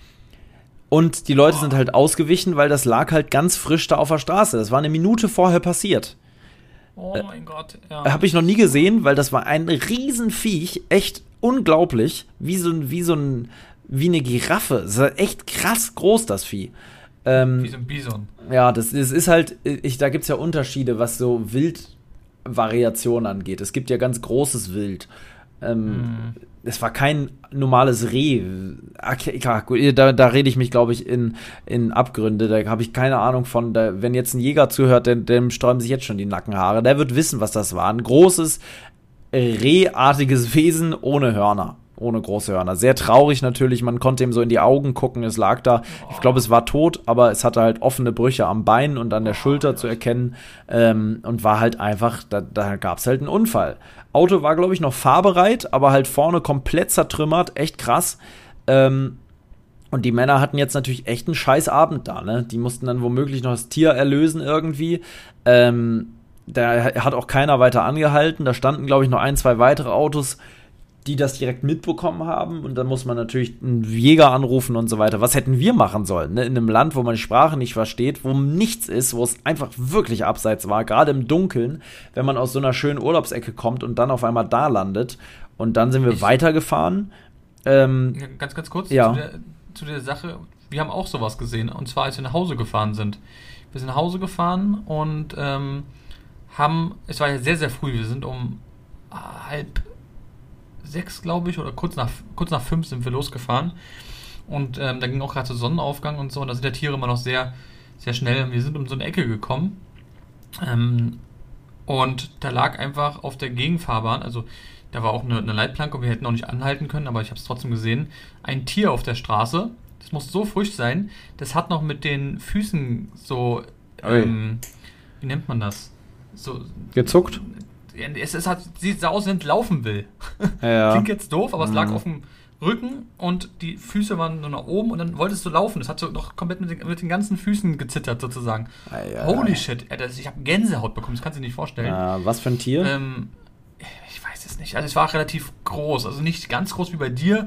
Und die Leute sind halt ausgewichen, weil das lag halt ganz frisch da auf der Straße. Das war eine Minute vorher passiert. Oh mein Gott, ja. Habe ich noch nie gesehen, weil das war ein Riesenviech, echt unglaublich, wie so ein, wie so ein, wie eine Giraffe. Das war echt krass groß, das Vieh. Ähm, wie so ein Bison. Ja, das, das ist halt, ich, da gibt's ja Unterschiede, was so Wildvariationen angeht. Es gibt ja ganz großes Wild. Ähm, hm. Es war kein normales Reh. Okay, gut, da, da rede ich mich, glaube ich, in, in Abgründe. Da habe ich keine Ahnung von. Da, wenn jetzt ein Jäger zuhört, dem, dem sträuben sich jetzt schon die Nackenhaare. Der wird wissen, was das war. Ein großes, rehartiges Wesen ohne Hörner. Ohne große Hörner. Sehr traurig natürlich. Man konnte ihm so in die Augen gucken. Es lag da. Ich glaube, es war tot, aber es hatte halt offene Brüche am Bein und an der Schulter zu erkennen. Ähm, und war halt einfach, da, da gab es halt einen Unfall. Auto war, glaube ich, noch fahrbereit, aber halt vorne komplett zertrümmert. Echt krass. Ähm, und die Männer hatten jetzt natürlich echt einen scheiß Abend da, ne? Die mussten dann womöglich noch das Tier erlösen irgendwie. Ähm, da hat auch keiner weiter angehalten. Da standen, glaube ich, noch ein, zwei weitere Autos, die das direkt mitbekommen haben. Und dann muss man natürlich einen Jäger anrufen und so weiter. Was hätten wir machen sollen, ne? In einem Land, wo man die Sprache nicht versteht, wo nichts ist, wo es einfach wirklich abseits war, gerade im Dunkeln, wenn man aus so einer schönen Urlaubsecke kommt und dann auf einmal da landet. Und dann sind wir ich, weitergefahren. Ähm, ja, ganz, ganz kurz ja. zu, der, zu der Sache. Wir haben auch sowas gesehen. Und zwar, als wir nach Hause gefahren sind. Wir sind nach Hause gefahren und ähm, haben, es war ja sehr, sehr früh. Wir sind um halb sechs, glaube ich, oder kurz nach, kurz nach fünf sind wir losgefahren. Und ähm, da ging auch gerade so Sonnenaufgang und so. Und da sind die Tiere immer noch sehr, sehr schnell. Und wir sind um so eine Ecke gekommen. Ähm, und da lag einfach auf der Gegenfahrbahn, also da war auch eine, eine Leitplanke und wir hätten auch nicht anhalten können, aber ich habe es trotzdem gesehen, ein Tier auf der Straße Das muss so frisch sein. Das hat noch mit den Füßen so, ähm, wie nennt man das? So gezuckt? Es, es hat, sieht so aus, wenn es laufen will. Ja. Klingt jetzt doof, aber es lag Mhm. auf dem Rücken und die Füße waren so nach oben und dann wolltest du laufen. Das hat so noch komplett mit den, mit den ganzen Füßen gezittert sozusagen. Ei, ei, Holy ei. shit, Alter, ich habe Gänsehaut bekommen, das kannst du dir nicht vorstellen. Ja, was für ein Tier? Ähm, ich weiß es nicht. Also es war relativ groß, also nicht ganz groß wie bei dir.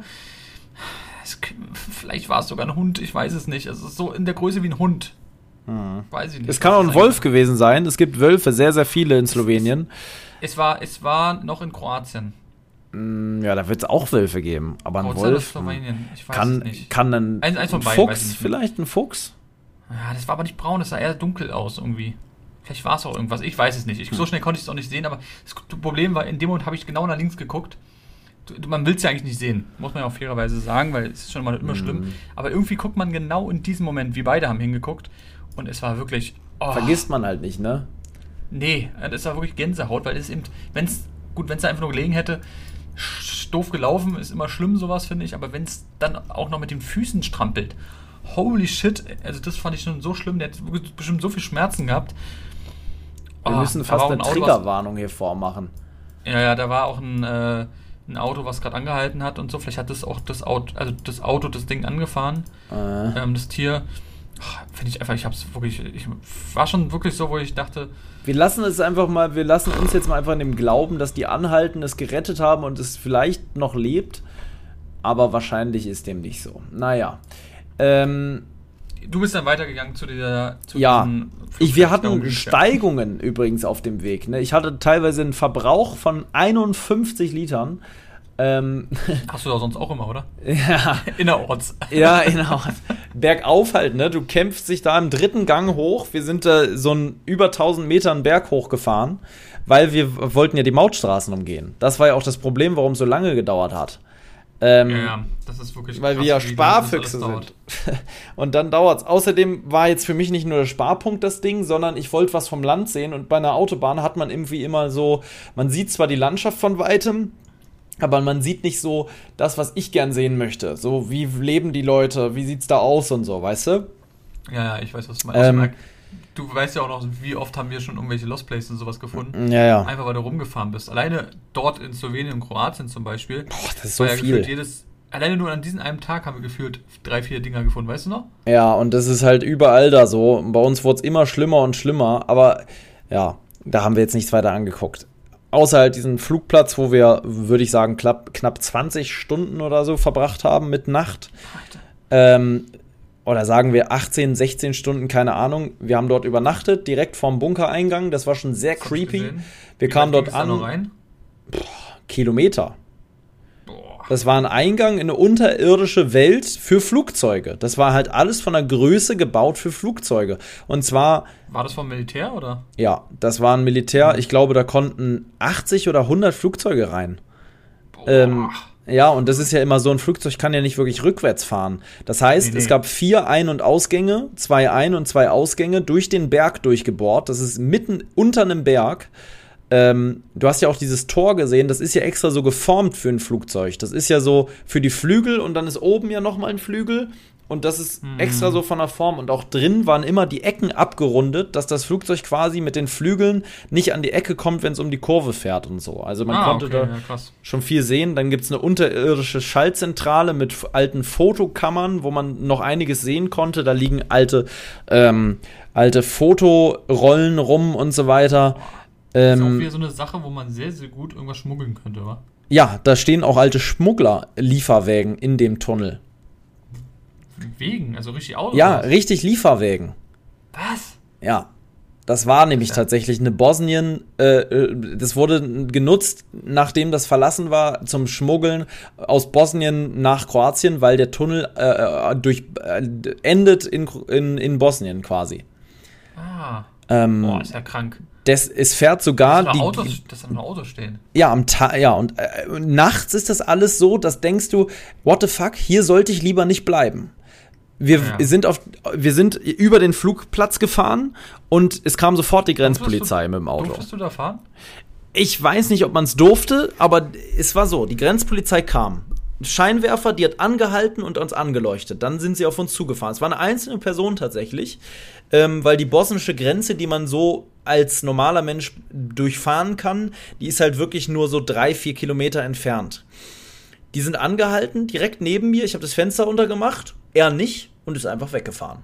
Es, vielleicht war es sogar ein Hund, ich weiß es nicht. Es ist so in der Größe wie ein Hund. Hm. Weiß ich nicht. Es kann auch was ein es Wolf sein gewesen sein. Es gibt Wölfe, sehr, sehr viele in Slowenien. kann. Es war, es war noch in Kroatien. Hm, Ja, da wird es auch Wölfe geben. Aber ein Kroatien oder Wolf hm, Slowenien, ich weiß kann, es nicht. kann ein, Eins- eins von ein beiden, weiß ich Fuchs, nicht mehr. vielleicht ein Fuchs? Ja, das war aber nicht braun, das sah eher dunkel aus irgendwie. Vielleicht war es auch irgendwas, ich weiß es nicht. Ich, so schnell konnte ich es auch nicht sehen, aber das Problem war, in dem Moment habe ich genau nach links geguckt. Du, man will es ja eigentlich nicht sehen, muss man ja auch fairerweise sagen, weil es ist schon mal immer schlimm. Aber irgendwie guckt man genau in diesem Moment, wir beide haben hingeguckt und es war wirklich... Oh, Vergisst man halt nicht, ne? Nee, das war wirklich Gänsehaut, weil es eben, wenn es, gut, wenn es einfach nur gelegen hätte, sch- doof gelaufen, ist immer schlimm sowas, finde ich, aber wenn es dann auch noch mit den Füßen strampelt, holy shit, also das fand ich schon so schlimm, der hat wirklich bestimmt so viel Schmerzen gehabt. Wir Oh, müssen da fast war auch eine ein Auto, was- Triggerwarnung hier vormachen. Ja, ja, da war auch ein, äh, ein Auto, was gerade angehalten hat und so, vielleicht hat das auch das Auto, also das Auto das Ding angefahren, Äh, ähm, das Tier. Finde ich einfach, ich hab's wirklich, ich war schon wirklich so, wo ich dachte, wir lassen es einfach mal, wir lassen uns jetzt mal einfach in dem Glauben, dass die anhalten, es gerettet haben und es vielleicht noch lebt. Aber wahrscheinlich ist dem nicht so. Naja. Ähm, du bist dann weitergegangen zu dieser, zu Ja, diesen ich, wir Flugplatz, darum hatten ging's ja. Steigungen übrigens auf dem Weg. Ne? Ich hatte teilweise einen Verbrauch von einundfünfzig Litern. Ähm, Hast du da sonst auch immer, oder? ja, Innerorts. ja, genau. Bergauf halt, ne? Du kämpfst dich da im dritten Gang hoch. Wir sind da so einen über tausend Metern Berg hochgefahren, weil wir wollten ja die Mautstraßen umgehen. Das war ja auch das Problem, warum es so lange gedauert hat. Ähm, Ja, ja, das ist wirklich Weil krass, wir ja wie lange das alles Sparfüchse dauert. sind. Und dann dauert's. Außerdem war jetzt für mich nicht nur der Sparpunkt das Ding, sondern ich wollte was vom Land sehen. Und bei einer Autobahn hat man irgendwie immer so, man sieht zwar die Landschaft von weitem, aber man sieht nicht so das, was ich gern sehen möchte. So, wie leben die Leute, wie sieht's da aus und so, weißt du? Ja, ja, ich weiß, was du meinst. Ähm, Du weißt ja auch noch, wie oft haben wir schon irgendwelche Lost Places und sowas gefunden. Ja, ja. Einfach weil du rumgefahren bist. Alleine dort in Slowenien und Kroatien zum Beispiel. Boah, das ist so war ja viel. gefühlt jedes, alleine nur an diesem einen Tag haben wir gefühlt drei, vier Dinger gefunden, weißt du noch? Ja, und das ist halt überall da so. Bei uns wurde es immer schlimmer und schlimmer, aber ja, da haben wir jetzt nichts weiter angeguckt. Außer halt diesen Flugplatz, wo wir, würde ich sagen, knapp, knapp zwanzig Stunden oder so verbracht haben mit Nacht. Alter. Ähm, oder sagen wir achtzehn, sechzehn Stunden, keine Ahnung. Wir haben dort übernachtet, direkt vorm Bunkereingang. Das war schon sehr Das hab ich creepy. gesehen. Wir Wie kamen weit dort ging's da noch an, rein? Kilometer. Boah. Das war ein Eingang in eine unterirdische Welt für Flugzeuge. Das war halt alles von der Größe gebaut für Flugzeuge. Und zwar, War das vom Militär oder? ja, das war ein Militär. Ich glaube, da konnten achtzig oder hundert Flugzeuge rein. Boah. Ähm, ja, und das ist ja immer so, ein Flugzeug kann ja nicht wirklich rückwärts fahren. Das heißt, Nee, nee. es gab vier Ein- und Ausgänge, zwei Ein- und zwei Ausgänge durch den Berg durchgebohrt. Das ist mitten unter einem Berg. Ähm, du hast ja auch dieses Tor gesehen, das ist ja extra so geformt für ein Flugzeug. Das ist ja so für die Flügel und dann ist oben ja nochmal ein Flügel. Und das ist Mhm. extra so von der Form. Und auch drin waren immer die Ecken abgerundet, dass das Flugzeug quasi mit den Flügeln nicht an die Ecke kommt, wenn es um die Kurve fährt und so. Also man ah, konnte okay, da ja, krass. schon viel sehen. Dann gibt es eine unterirdische Schaltzentrale mit f- alten Fotokammern, wo man noch einiges sehen konnte. Da liegen alte, ähm, alte Fotorollen rum und so weiter. Das ist auch Ähm, wieder so eine Sache, wo man sehr, sehr gut irgendwas schmuggeln könnte, wa? ja, da stehen auch alte Schmuggler-Lieferwägen in dem Tunnel. Wegen, also richtig Autos. Ja, richtig Lieferwägen. Was? Ja. Das war nämlich Ja. tatsächlich eine Bosnien, äh, äh, das wurde genutzt, nachdem das verlassen war, zum Schmuggeln aus Bosnien nach Kroatien, weil der Tunnel äh, durch, äh, endet in, in, in Bosnien quasi. Ah. Ähm, Boah, ist ja krank. das, es fährt sogar Dass da die, Autos, dass da noch Autos stehen. ja, am Ta- ja, und äh, nachts ist das alles so, dass denkst du, what the fuck, hier sollte ich lieber nicht bleiben. Wir Ja. sind auf, wir sind über den Flugplatz gefahren und es kam sofort die Grenzpolizei mit dem Auto. Durftest du da fahren? Ich weiß nicht, ob man es durfte, aber es war so, die Grenzpolizei kam. Scheinwerfer, die hat angehalten und uns angeleuchtet. Dann sind sie auf uns zugefahren. Es war eine einzelne Person tatsächlich, ähm, weil die bosnische Grenze, die man so als normaler Mensch durchfahren kann, die ist halt wirklich nur so drei, vier Kilometer entfernt. Die sind angehalten, direkt neben mir. Ich habe das Fenster runtergemacht, er nicht und ist einfach weggefahren.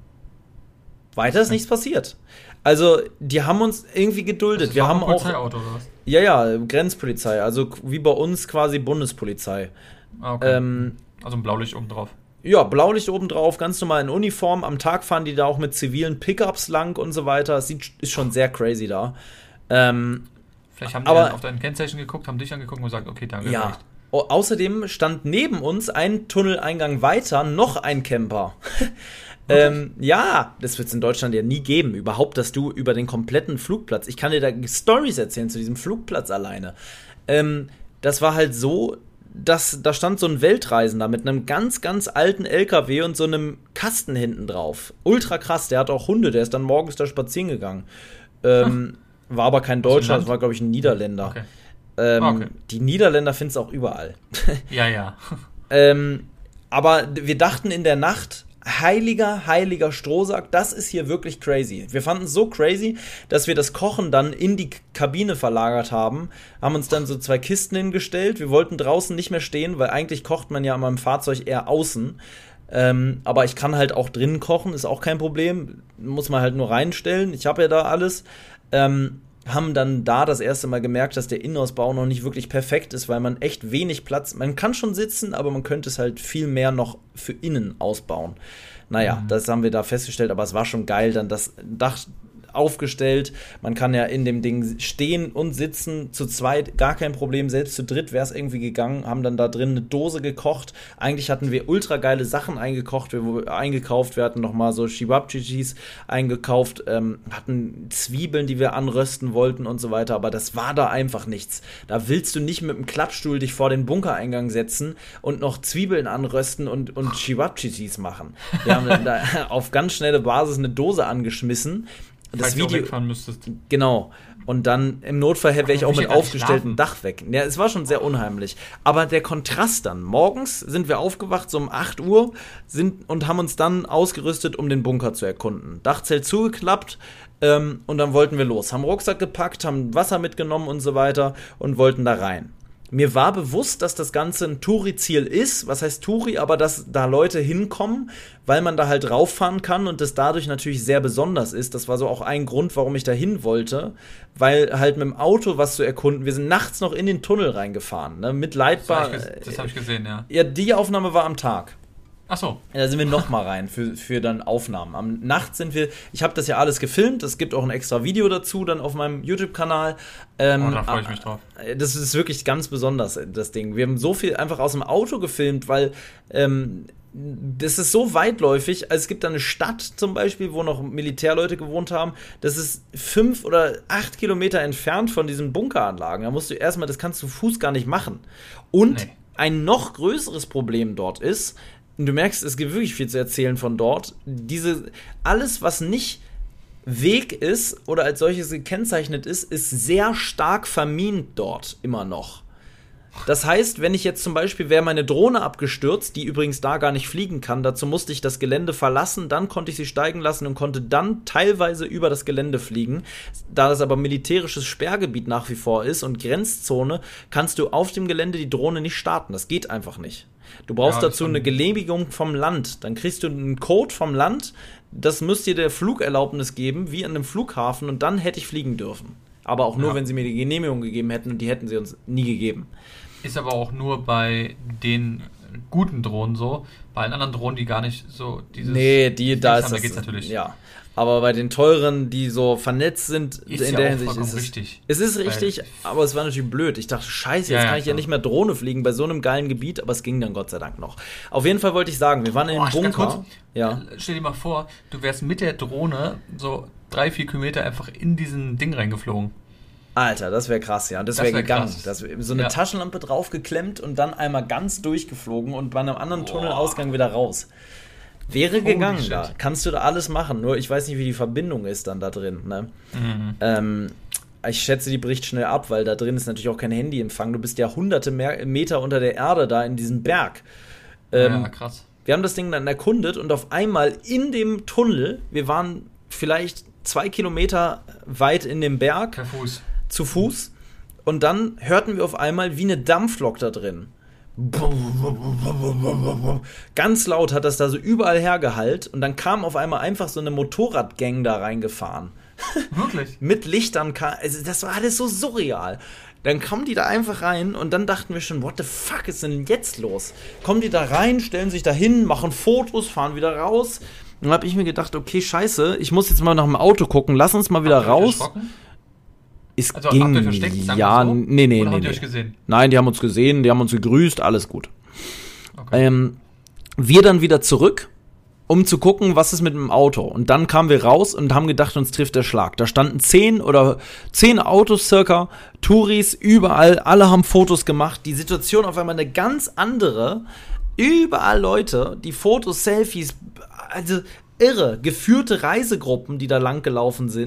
Weiter ist nichts passiert. Also, die haben uns irgendwie geduldet. Das Wir war haben ein auch Polizeiauto oder was? Ja, ja, Grenzpolizei, also wie bei uns quasi Bundespolizei. Ah, okay. Ähm, also ein Blaulicht oben drauf. Ja, Blaulicht oben drauf, ganz normal in Uniform. Am Tag fahren die da auch mit zivilen Pickups lang und so weiter. Das sieht, ist schon sehr crazy da. Ähm, Vielleicht haben die aber, dann auf dein Kennzeichen geguckt, haben dich angeguckt und gesagt, okay, danke. Ja. Reicht. Au- außerdem stand neben uns ein Tunneleingang weiter noch ein Camper. ähm, ja, das wird es in Deutschland ja nie geben. Überhaupt, dass du über den kompletten Flugplatz, ich kann dir da Storys erzählen zu diesem Flugplatz alleine. Ähm, das war halt so, dass da stand so ein Weltreisender mit einem ganz, ganz alten L K W und so einem Kasten hinten drauf. Ultra krass, der hat auch Hunde, der ist dann morgens da spazieren gegangen. Ähm, war aber kein Deutscher, das war, glaube ich, ein Niederländer. Okay. Ähm, Okay. Die Niederländer findest du auch überall. Ja, ja. ähm, aber wir dachten in der Nacht, heiliger, heiliger Strohsack, das ist hier wirklich crazy. Wir fanden es so crazy, dass wir das Kochen dann in die Kabine verlagert haben, haben uns dann so zwei Kisten hingestellt. Wir wollten draußen nicht mehr stehen, weil eigentlich kocht man ja an meinem Fahrzeug eher außen. Ähm, aber ich kann halt auch drinnen kochen, ist auch kein Problem. Muss man halt nur reinstellen. Ich habe ja da alles. Ähm, haben dann da das erste Mal gemerkt, dass der Innenausbau noch nicht wirklich perfekt ist, weil man echt wenig Platz, man kann schon sitzen, aber man könnte es halt viel mehr noch für innen ausbauen. Naja, mhm. das haben wir da festgestellt, aber es war schon geil, dann das Dach aufgestellt, man kann ja in dem Ding stehen und sitzen, zu zweit, gar kein Problem, selbst zu dritt wäre es irgendwie gegangen, haben dann da drin eine Dose gekocht, eigentlich hatten wir ultra geile Sachen eingekocht, wir, eingekauft, wir hatten nochmal so Chibabchichis eingekauft, ähm, hatten Zwiebeln, die wir anrösten wollten und so weiter, aber das war da einfach nichts. Da willst du nicht mit dem Klappstuhl dich vor den Bunkereingang setzen und noch Zwiebeln anrösten und, und Chibabchichis machen. Wir haben da auf ganz schnelle Basis eine Dose angeschmissen. Das Video, wegfahren müsstest. Genau. Und dann im Notfall wäre ich auch mit aufgestelltem schlafen. Dach weg. Ja, es war schon sehr unheimlich. Aber der Kontrast dann. Morgens sind wir aufgewacht, so um acht Uhr, sind, und haben uns dann ausgerüstet, um den Bunker zu erkunden. Dachzelt zugeklappt, ähm, und dann wollten wir los. Haben Rucksack gepackt, haben Wasser mitgenommen und so weiter und wollten da rein. Mir war bewusst, dass das Ganze ein Touri-Ziel ist. Was heißt Touri? Aber dass da Leute hinkommen, weil man da halt rauffahren kann und das dadurch natürlich sehr besonders ist. Das war so auch ein Grund, warum ich da hin wollte. Weil halt mit dem Auto was zu erkunden, wir sind nachts noch in den Tunnel reingefahren, ne, mit Leitbar. Das habe ich, hab ich gesehen, ja. Ja, die Aufnahme war am Tag. Ach so. Ja, da sind wir noch mal rein für, für dann Aufnahmen. Am Nacht sind wir, ich habe das ja alles gefilmt, es gibt auch ein extra Video dazu dann auf meinem YouTube-Kanal. Ähm, oh, da freue ich mich drauf. Das ist wirklich ganz besonders, das Ding. Wir haben so viel einfach aus dem Auto gefilmt, weil ähm, das ist so weitläufig. Also es gibt da eine Stadt zum Beispiel, wo noch Militärleute gewohnt haben. Das ist fünf oder acht Kilometer entfernt von diesen Bunkeranlagen. Da musst du erstmal, das kannst du zu Fuß gar nicht machen. Und nee. Ein noch größeres Problem dort ist, du merkst, es gibt wirklich viel zu erzählen von dort. Diese, alles, was nicht Weg ist oder als solches gekennzeichnet ist, ist sehr stark vermint dort immer noch. Das heißt, wenn ich jetzt zum Beispiel, wäre meine Drohne abgestürzt, die übrigens da gar nicht fliegen kann, dazu musste ich das Gelände verlassen, dann konnte ich sie steigen lassen und konnte dann teilweise über das Gelände fliegen. Da das aber militärisches Sperrgebiet nach wie vor ist und Grenzzone, kannst du auf dem Gelände die Drohne nicht starten. Das geht einfach nicht. Du brauchst ja, dazu eine Genehmigung vom Land. Dann kriegst du einen Code vom Land, das müsst dir der Flugerlaubnis geben, wie an einem Flughafen, und dann hätte ich fliegen dürfen. Aber auch nur, ja. wenn sie mir die Genehmigung gegeben hätten, und die hätten sie uns nie gegeben. Ist aber auch nur bei den guten Drohnen so. Bei allen anderen Drohnen, die gar nicht so dieses... Nee, die, da ist haben, das... Da geht's natürlich. Ja. Aber bei den teuren, die so vernetzt sind, ist in ja der auch Hinsicht ist es richtig. Es ist richtig, aber es war natürlich blöd. Ich dachte, scheiße, jetzt ja, kann ja, ich klar. ja nicht mehr Drohne fliegen bei so einem geilen Gebiet, aber es ging dann Gott sei Dank noch. Auf jeden Fall wollte ich sagen, wir waren in oh, einem Bunker. Kurz, ja. Stell dir mal vor, du wärst mit der Drohne so drei, vier Kilometer einfach in diesen Ding reingeflogen. Alter, das wäre krass, ja. Das, das wäre wär gegangen. Das wär so eine ja. Taschenlampe draufgeklemmt und dann einmal ganz durchgeflogen und bei einem anderen oh. Tunnelausgang wieder raus. Wäre Holy gegangen shit. Da. Kannst du da alles machen. Nur ich weiß nicht, wie die Verbindung ist dann da drin. Ne? Mhm. Ähm, ich schätze, die bricht schnell ab, weil da drin ist natürlich auch kein Handyempfang. Du bist ja hunderte Meter unter der Erde da in diesem Berg. Ähm, ja, krass. Wir haben das Ding dann erkundet und auf einmal in dem Tunnel, wir waren vielleicht zwei Kilometer weit in dem Berg. Per Fuß. Zu Fuß. Und dann hörten wir auf einmal wie eine Dampflok da drin. Ganz laut hat das da so überall hergehallt und dann kam auf einmal einfach so eine Motorradgang da reingefahren. Wirklich? Mit Lichtern, also das war alles so surreal. Dann kommen die da einfach rein und dann dachten wir schon, what the fuck ist denn jetzt los? Kommen die da rein, stellen sich da hin, machen Fotos, fahren wieder raus. Und dann habe ich mir gedacht, okay, scheiße, ich muss jetzt mal nach dem Auto gucken, lass uns mal wieder Habt ihr raus. euch erschrocken? Es Also ging, habt ihr versteckt, sagen ja, wir so? nee, nee, Oder nee. habt ihr nee. euch gesehen? Nein, die haben uns gesehen, die haben uns gegrüßt, alles gut. Okay. Ähm, wir dann wieder zurück, um zu gucken, was ist mit dem Auto. Und dann kamen wir raus und haben gedacht, uns trifft der Schlag. Da standen zehn oder zehn Autos circa, Touris, überall, alle haben Fotos gemacht. Die Situation auf einmal eine ganz andere. Überall Leute, die Fotos, Selfies, also irre, geführte Reisegruppen, die da lang gelaufen sind.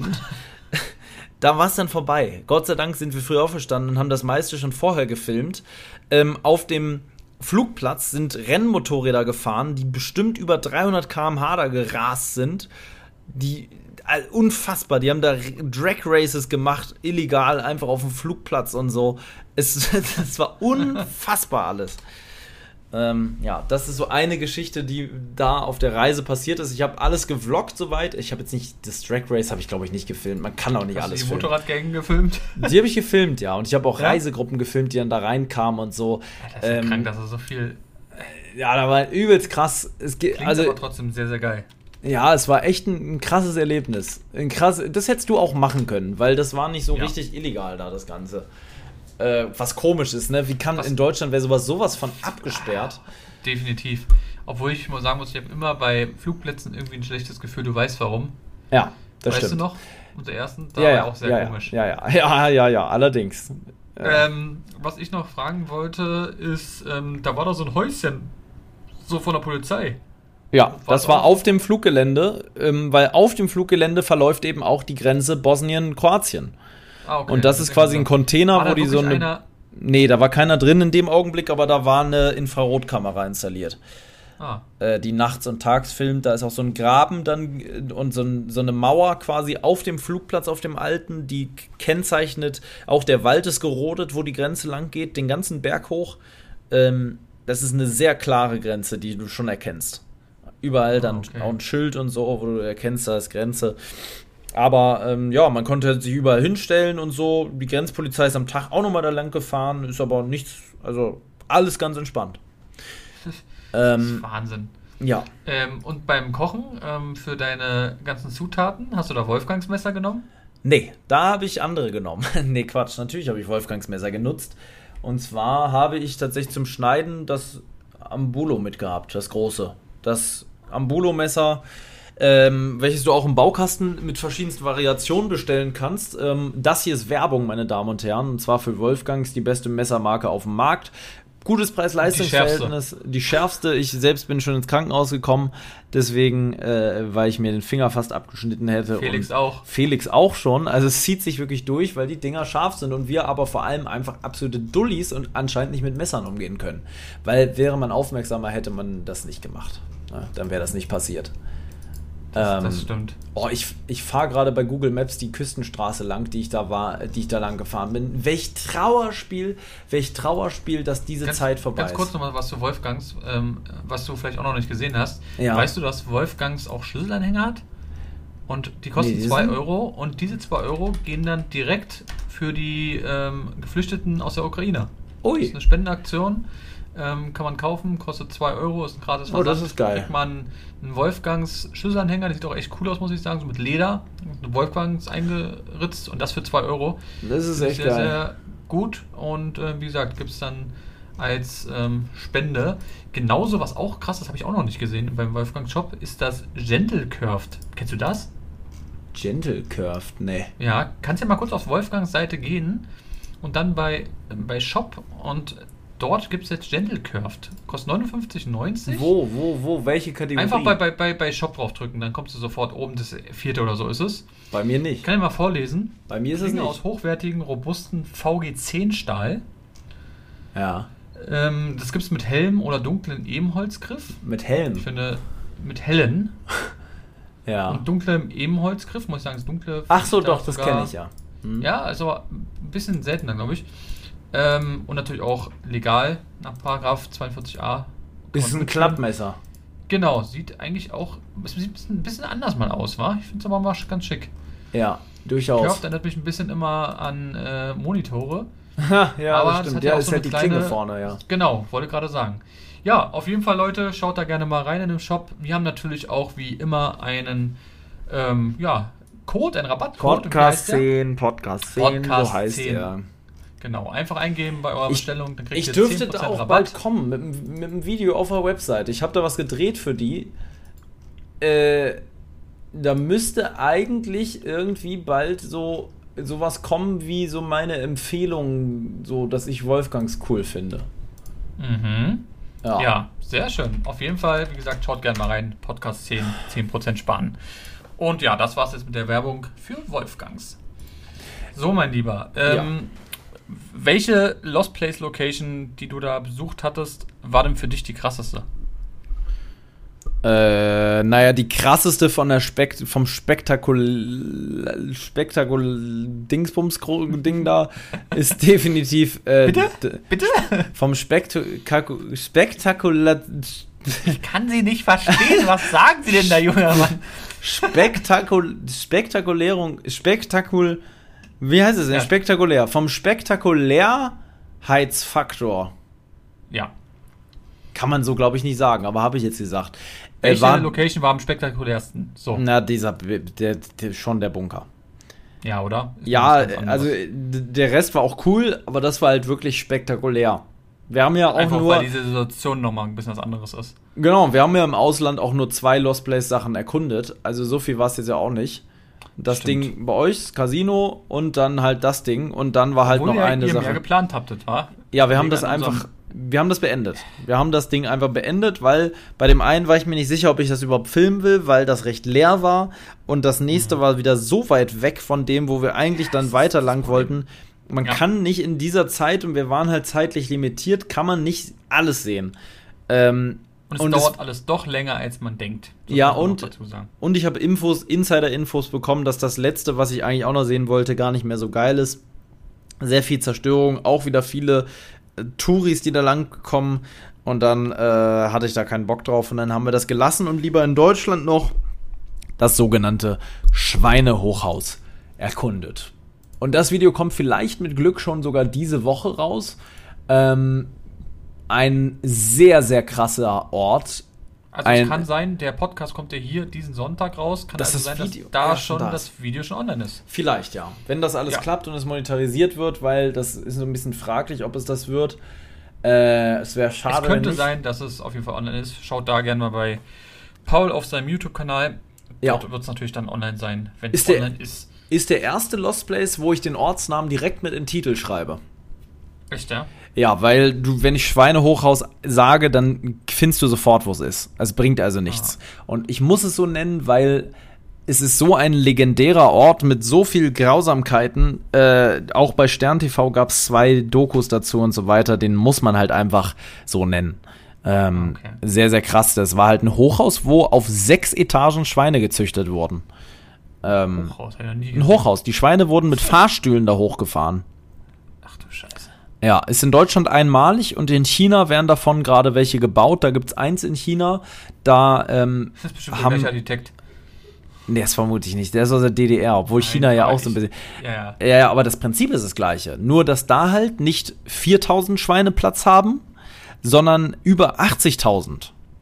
Da war es dann vorbei. Gott sei Dank sind wir früh aufgestanden und haben das meiste schon vorher gefilmt. Ähm, auf dem Flugplatz sind Rennmotorräder gefahren, die bestimmt über dreihundert Kilometer pro Stunde da gerast sind. Die, äh, unfassbar, die haben da Drag Races gemacht, illegal, einfach auf dem Flugplatz und so. Es, es war unfassbar alles. Ähm, ja, das ist so eine Geschichte, die da auf der Reise passiert ist. Ich habe alles gevloggt soweit. Ich habe jetzt nicht, das Drag Race habe ich glaube ich nicht gefilmt. Man kann auch nicht Hast alles du die filmen. Motorradgänge gefilmt? Die habe ich gefilmt, ja. Und ich habe auch Ja? Reisegruppen gefilmt, die dann da reinkamen und so. Das ist ja Ähm, krank, dass er so viel... Ja, da war übelst krass. Es ge- Klingt also, aber trotzdem sehr, sehr geil. ja, es war echt ein, ein krasses Erlebnis. Ein krass, das hättest du auch machen können, weil das war nicht so Ja. richtig illegal da, das Ganze. Äh, was komisch ist, ne? Wie kann Was- in Deutschland wäre sowas sowas von abgesperrt? Definitiv. Obwohl ich mal sagen muss, ich habe immer bei Flugplätzen irgendwie ein schlechtes Gefühl, du weißt warum. Ja, das weißt stimmt. du noch? Unser ersten, da Ja, war ja, auch sehr ja, komisch. Ja, ja, ja, ja, ja, allerdings. Ja. Ähm, was ich noch fragen wollte, ist, ähm, da war doch so ein Häuschen, so von der Polizei. Ja, Was das war auch? auf dem Fluggelände, ähm, weil auf dem Fluggelände verläuft eben auch die Grenze Bosnien-Kroatien. Ah, okay. Und das ist quasi ein Container, War da wo die so wirklich eine... einer- Nee, da war keiner drin in dem Augenblick, aber da war eine Infrarotkamera installiert, Ah, äh, die nachts und tags filmt. Da ist auch so ein Graben dann äh, und so, ein, so eine Mauer quasi auf dem Flugplatz, auf dem alten, die kennzeichnet, auch der Wald ist gerodet, wo die Grenze lang geht, den ganzen Berg hoch. Ähm, das ist eine sehr klare Grenze, die du schon erkennst. Überall dann Ah, okay. auch ein Schild und so, wo du erkennst, da ist Grenze. Aber ähm, ja, man konnte sich überall hinstellen und so. Die Grenzpolizei ist am Tag auch nochmal da lang gefahren, ist aber nichts, also alles ganz entspannt. das ähm, ist Wahnsinn. ja, Ähm, und beim Kochen ähm, für deine ganzen Zutaten, hast du da Wolfgangs Messer genommen? nee, da habe ich andere genommen. nee, Quatsch, natürlich habe ich Wolfgangs Messer genutzt. Und zwar habe ich tatsächlich zum Schneiden das Ambulo mitgehabt, das große. Das Ambulo-Messer, ähm, welches du auch im Baukasten mit verschiedensten Variationen bestellen kannst. Ähm, das hier ist Werbung, meine Damen und Herren, und zwar für Wolfgangs, die beste Messermarke auf dem Markt. Gutes Preis-Leistungs-Verhältnis, die schärfste. Ich selbst bin schon ins Krankenhaus gekommen, deswegen, äh, weil ich mir den Finger fast abgeschnitten hätte. Felix und auch. Felix auch schon. Also es zieht sich wirklich durch, weil die Dinger scharf sind und wir aber vor allem einfach absolute Dullis und anscheinend nicht mit Messern umgehen können. Weil wäre man aufmerksamer, hätte man das nicht gemacht. Ja, dann wäre das nicht passiert. Das, Ähm, das stimmt. Oh, ich, ich fahre gerade bei Google Maps die Küstenstraße lang, die ich da war, die ich da lang gefahren bin. Welch Trauerspiel, welch Trauerspiel, dass diese Ganz, Zeit vorbei ganz ist. kurz nochmal was zu Wolfgangs, ähm, was du vielleicht auch noch nicht gesehen hast. Ja. Weißt du, dass Wolfgangs auch Schlüsselanhänger hat? Und die kosten Nee, die zwei sind- Euro und diese zwei Euro gehen dann direkt für die ähm, Geflüchteten aus der Ukraine. Das ist Ui, eine Spendenaktion. Ähm, kann man kaufen, kostet zwei Euro, ist ein gratis Oh, das ist geil. Kriegt man einen Wolfgangs Schlüsselanhänger, der sieht auch echt cool aus, muss ich sagen, so mit Leder, Wolfgangs eingeritzt und das für zwei Euro. das ist echt sehr, geil. sehr gut und äh, wie gesagt, gibt es dann als ähm, Spende. Genauso, was auch krass ist, habe ich auch noch nicht gesehen beim Wolfgangs Shop, ist das Gentle Curved. Kennst du das? Gentle Curved, nee. Ja, kannst ja mal kurz auf Wolfgangs Seite gehen und dann bei, bei Shop und dort gibt es jetzt Gentle Curved. Kostet neunundfünfzig neunzig. Wo, wo, wo, welche Kategorie? Einfach bei, bei, bei, bei Shop draufdrücken, dann kommst du sofort oben, das vierte oder so ist es. Bei mir nicht. Ich kann dir mal vorlesen. Bei mir ist es Klinge nicht. aus hochwertigen, robusten V G zehn Stahl. Ja. Ähm, das gibt es mit hellem oder dunklen Ebenholzgriff. Mit Helm. Ich finde, mit hellen Ja. und dunklem Ebenholzgriff, muss ich sagen, das dunkle... Ach so, da doch, das sogar- kenne ich ja. Hm. Ja, also ein bisschen seltener, glaube ich. Ähm, und natürlich auch legal nach Paragraph zweiundvierzig a. Ist ein Klappmesser. Genau, sieht eigentlich auch es sieht ein bisschen, ein bisschen anders mal aus, wa? Ich finde es aber mal ganz schick. Ja, durchaus. Curved erinnert mich ein bisschen immer an äh, Monitore. ja, aber das das stimmt. hat Ja, auch ist so halt eine die Klinge kleine- vorne, ja. Genau, wollte gerade sagen. Ja, auf jeden Fall, Leute, schaut da gerne mal rein in den Shop. Wir haben natürlich auch wie immer einen ähm, ja, Code, einen Rabattcode. Und wie Podcast heißt der? zehn, Podcast zehn, Podcast so heißt zehn. er. Genau, einfach eingeben bei eurer Ich- Bestellung, dann kriegt Ich ihr dürfte zehn da Prozent auch Rabatt. bald kommen mit, einem- mit einem Video auf der Website. Ich habe da was gedreht für die. Äh, da müsste eigentlich irgendwie bald so sowas kommen wie so meine Empfehlung, so dass ich Wolfgangs cool finde. Mhm. Ja. Ja, sehr schön. Auf jeden Fall, wie gesagt, schaut gerne mal rein. Podcast zehn, zehn Prozent sparen. Und ja, das war's jetzt mit der Werbung für Wolfgangs. So, mein Lieber. Ähm, welche Lost Place Location, die du da besucht hattest, war denn für dich die krasseste? Äh, naja, die krasseste von der Spekt vom Spektakul Spektakul Dingsbums Ding da ist definitiv äh, Bitte? d- Bitte? vom Spektaku Spektakular Ich kann Sie nicht verstehen. Was sagen Sie denn da, junger Mann? Spektakul Spektakulärung Spektakul wie heißt es denn? Ja. Spektakulär vom Spektakulärheitsfaktor Ja. kann man so glaube ich nicht sagen, aber habe ich jetzt gesagt. Äh, Welche war, Location war am spektakulärsten? So. na dieser der, der schon der Bunker. Ja, oder? Ist Ja, was ganz anderes. also d- der Rest war auch cool, aber das war halt wirklich spektakulär. Wir haben ja auch Einfach, nur, weil diese Situation nochmal ein bisschen was anderes ist. genau, wir haben ja im Ausland auch nur zwei Lost Place Sachen erkundet, also so viel war es jetzt ja auch nicht. Das Stimmt. Ding bei euch, das Casino und dann halt das Ding und dann war halt Obwohl noch ihr, eine ihr mehr Sache. geplant habtet, wa? Ja, wir haben Wegen das an unserem- einfach, wir haben das beendet. Wir haben das Ding einfach beendet, weil bei dem einen war ich mir nicht sicher, ob ich das überhaupt filmen will, weil das recht leer war und das nächste Mhm. war wieder so weit weg von dem, wo wir eigentlich dann weiter lang wollten. Man Ja. kann nicht in dieser Zeit, und wir waren halt zeitlich limitiert, kann man nicht alles sehen. Ähm, Und es Und dauert es- alles doch länger, als man denkt. Das Ja, muss man und- noch dazu sagen. Und ich habe Infos, Insider-Infos bekommen, dass das letzte, was ich eigentlich auch noch sehen wollte, gar nicht mehr so geil ist. Sehr viel Zerstörung, auch wieder viele äh, Touris, die da lang kommen. Und dann äh, hatte ich da keinen Bock drauf. Und dann haben wir das gelassen und lieber in Deutschland noch das sogenannte Schweinehochhaus erkundet. Und das Video kommt vielleicht mit Glück schon sogar diese Woche raus. Ähm, ein sehr, sehr krasser Ort. Also ein- es kann sein, der Podcast kommt ja hier diesen Sonntag raus. Kann Dass also das sein, Video- dass da ja, schon schon da das Video schon online ist. Vielleicht, ja. Wenn das alles Ja. klappt und es monetarisiert wird, weil das ist so ein bisschen fraglich, ob es das wird. Äh, es wäre schade, es könnte wenn nicht. sein, dass es auf jeden Fall online ist. Schaut da gerne mal bei Paul auf seinem YouTube-Kanal. Ja. Dort wird es natürlich dann online sein, wenn Ist es der- online ist. Ist der erste Lost Place, wo ich den Ortsnamen direkt mit in den Titel schreibe. Echt, ja? Ja, weil du, wenn ich Schweinehochhaus sage, dann findest du sofort, wo es ist. Es bringt also nichts. Und ich muss es so nennen, weil es ist so ein legendärer Ort mit so viel Grausamkeiten. Äh, auch bei Stern T V gab es zwei Dokus dazu und so weiter. Den muss man halt einfach so nennen. Ähm, Okay. Sehr, sehr krass. Das war halt ein Hochhaus, wo auf sechs Etagen Schweine gezüchtet wurden. Ähm, Hochhaus, hab ich noch nie ein gesehen. Hochhaus. Die Schweine wurden mit Fahrstühlen da hochgefahren. Ach du Scheiße. Ja, ist in Deutschland einmalig und in China werden davon gerade welche gebaut. Da gibt's eins in China, da ähm, Das ist bestimmt der haben... gleiche Architekt. Nee, das vermute ich nicht. Der ist aus der D D R, obwohl Nein, China ja aber auch so ein ich- bisschen... Ja, ja. Ja, ja, aber das Prinzip ist das gleiche. Nur, dass da halt nicht viertausend Schweine Platz haben, sondern über achtzigtausend.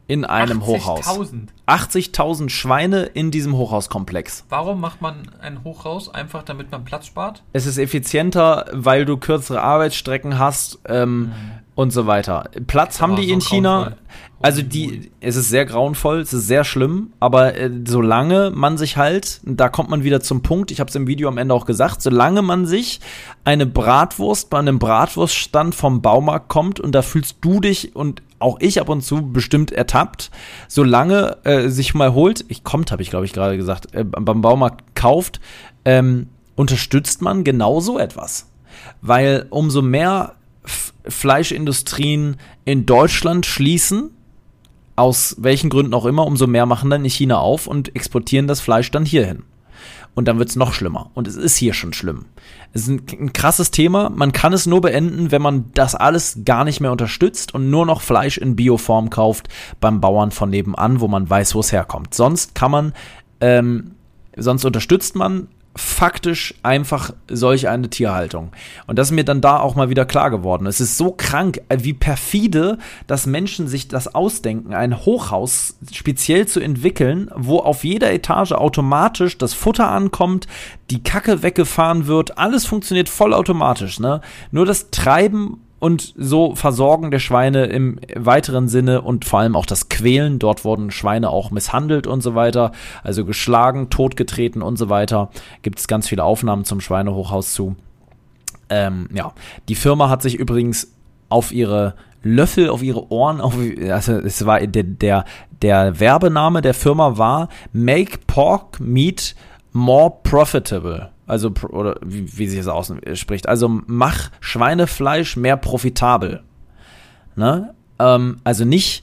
in einem Hochhaus. achtzigtausend? achtzigtausend Schweine in diesem Hochhauskomplex. Warum macht man ein Hochhaus? Einfach, damit man Platz spart? Es ist effizienter, weil du kürzere Arbeitsstrecken hast ähm, mhm. und so weiter. Platz haben die so in China. Grauenvoll. Also die, es ist sehr grauenvoll, es ist sehr schlimm, aber äh, solange man sich halt, da kommt man wieder zum Punkt, ich habe es im Video am Ende auch gesagt, solange man sich eine Bratwurst bei einem Bratwurststand vom Baumarkt kommt und da fühlst du dich und auch ich ab und zu bestimmt ertappt, solange äh, sich mal holt, ich kommt, habe ich glaube ich gerade gesagt, äh, beim Baumarkt kauft, ähm, unterstützt man genau so etwas. Weil umso mehr F- Fleischindustrien in Deutschland schließen, aus welchen Gründen auch immer, umso mehr machen dann in China auf und exportieren das Fleisch dann hierhin. Und dann wird es noch schlimmer. Und es ist hier schon schlimm. Es ist ein, ein krasses Thema. Man kann es nur beenden, wenn man das alles gar nicht mehr unterstützt und nur noch Fleisch in Bioform kauft beim Bauern von nebenan, wo man weiß, wo es herkommt. Sonst kann man, ähm, sonst unterstützt man faktisch einfach solch eine Tierhaltung. Und das ist mir dann da auch mal wieder klar geworden. Es ist so krank, wie perfide, dass Menschen sich das ausdenken, ein Hochhaus speziell zu entwickeln, wo auf jeder Etage automatisch das Futter ankommt, die Kacke weggefahren wird, alles funktioniert vollautomatisch, ne? Nur das Treiben und so Versorgen der Schweine im weiteren Sinne und vor allem auch das Quälen. Dort wurden Schweine auch misshandelt und so weiter, also geschlagen, totgetreten und so weiter. Gibt es ganz viele Aufnahmen zum Schweinehochhaus zu. Ähm, ja, die Firma hat sich übrigens auf ihre Löffel, auf ihre Ohren, auf, also es war der, der, der Werbename der Firma war Make Pork Meat More Profitable. Also, oder wie, wie sich das ausspricht. Also, mach Schweinefleisch mehr profitabel. Ne? Ähm, also nicht,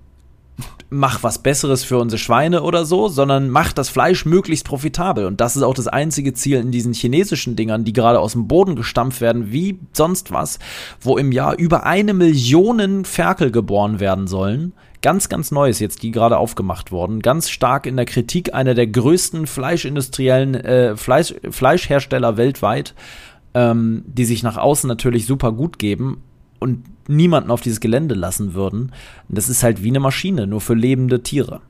mach was Besseres für unsere Schweine oder so, sondern mach das Fleisch möglichst profitabel. Und das ist auch das einzige Ziel in diesen chinesischen Dingern, die gerade aus dem Boden gestampft werden, wie sonst was, wo im Jahr über eine Million Ferkel geboren werden sollen. Ganz, ganz Neues jetzt, die gerade aufgemacht wurden. Ganz stark in der Kritik, einer der größten fleischindustriellen äh, Fleisch, Fleischhersteller weltweit, ähm, die sich nach außen natürlich super gut geben und niemanden auf dieses Gelände lassen würden. Das ist halt wie eine Maschine, nur für lebende Tiere.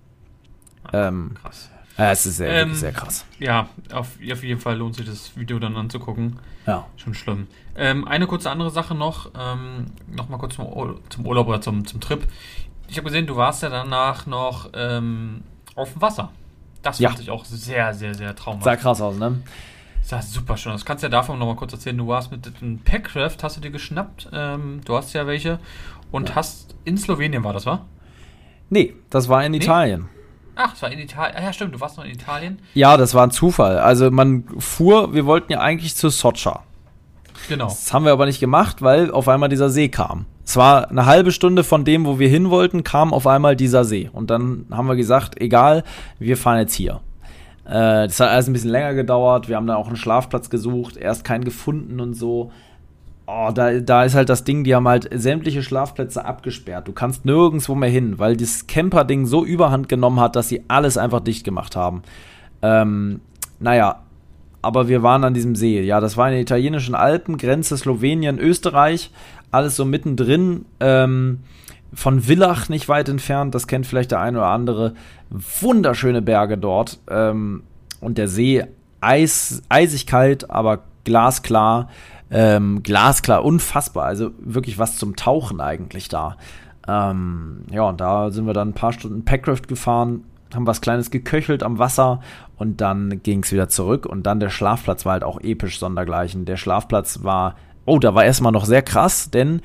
Ähm, krass. Ja, es ist sehr, ähm, sehr krass. Ja, auf, auf jeden Fall lohnt sich das Video dann anzugucken. Ja. Schon schlimm. Ähm, eine kurze andere Sache noch, ähm, noch mal kurz zum, zum Urlaub oder zum, zum Trip. Ich habe gesehen, du warst ja danach noch ähm, auf dem Wasser. Das ja. fand ich auch sehr, sehr, sehr traumhaft. Sah krass aus, ne? Sah super schön aus. Kannst du ja davon noch mal kurz erzählen. Du warst mit einem Packcraft, hast du dir geschnappt. Ähm, du hast ja welche. Und ja. hast, in Slowenien war das, wa? Nee, das war in nee? Italien. Ach, das war in Italien. Ah, ja, stimmt, du warst noch in Italien. Ja, das war ein Zufall. Also man fuhr, wir wollten ja eigentlich zu Socha. Genau. Das haben wir aber nicht gemacht, weil auf einmal dieser See kam. Es war eine halbe Stunde von dem, wo wir hin wollten, kam auf einmal dieser See. Und dann haben wir gesagt, egal, wir fahren jetzt hier. Äh, das hat alles ein bisschen länger gedauert. Wir haben dann auch einen Schlafplatz gesucht, erst keinen gefunden und so. Oh, da, da ist halt das Ding, die haben halt sämtliche Schlafplätze abgesperrt. Du kannst nirgendwo mehr hin, weil das Camper-Ding so überhand genommen hat, dass sie alles einfach dicht gemacht haben. Ähm, naja, aber wir waren an diesem See. Ja, das war in den italienischen Alpen, Grenze Slowenien, Österreich. Alles so mittendrin, ähm, von Villach nicht weit entfernt, das kennt vielleicht der eine oder andere. Wunderschöne Berge dort, ähm, und der See eis, eisig kalt, aber glasklar, ähm, glasklar, unfassbar, also wirklich was zum Tauchen eigentlich da. Ähm, ja, und da sind wir dann ein paar Stunden Packcraft gefahren, haben was Kleines geköchelt am Wasser und dann ging es wieder zurück und dann der Schlafplatz war halt auch episch sondergleichen. Der Schlafplatz war Oh, da war erstmal noch sehr krass, denn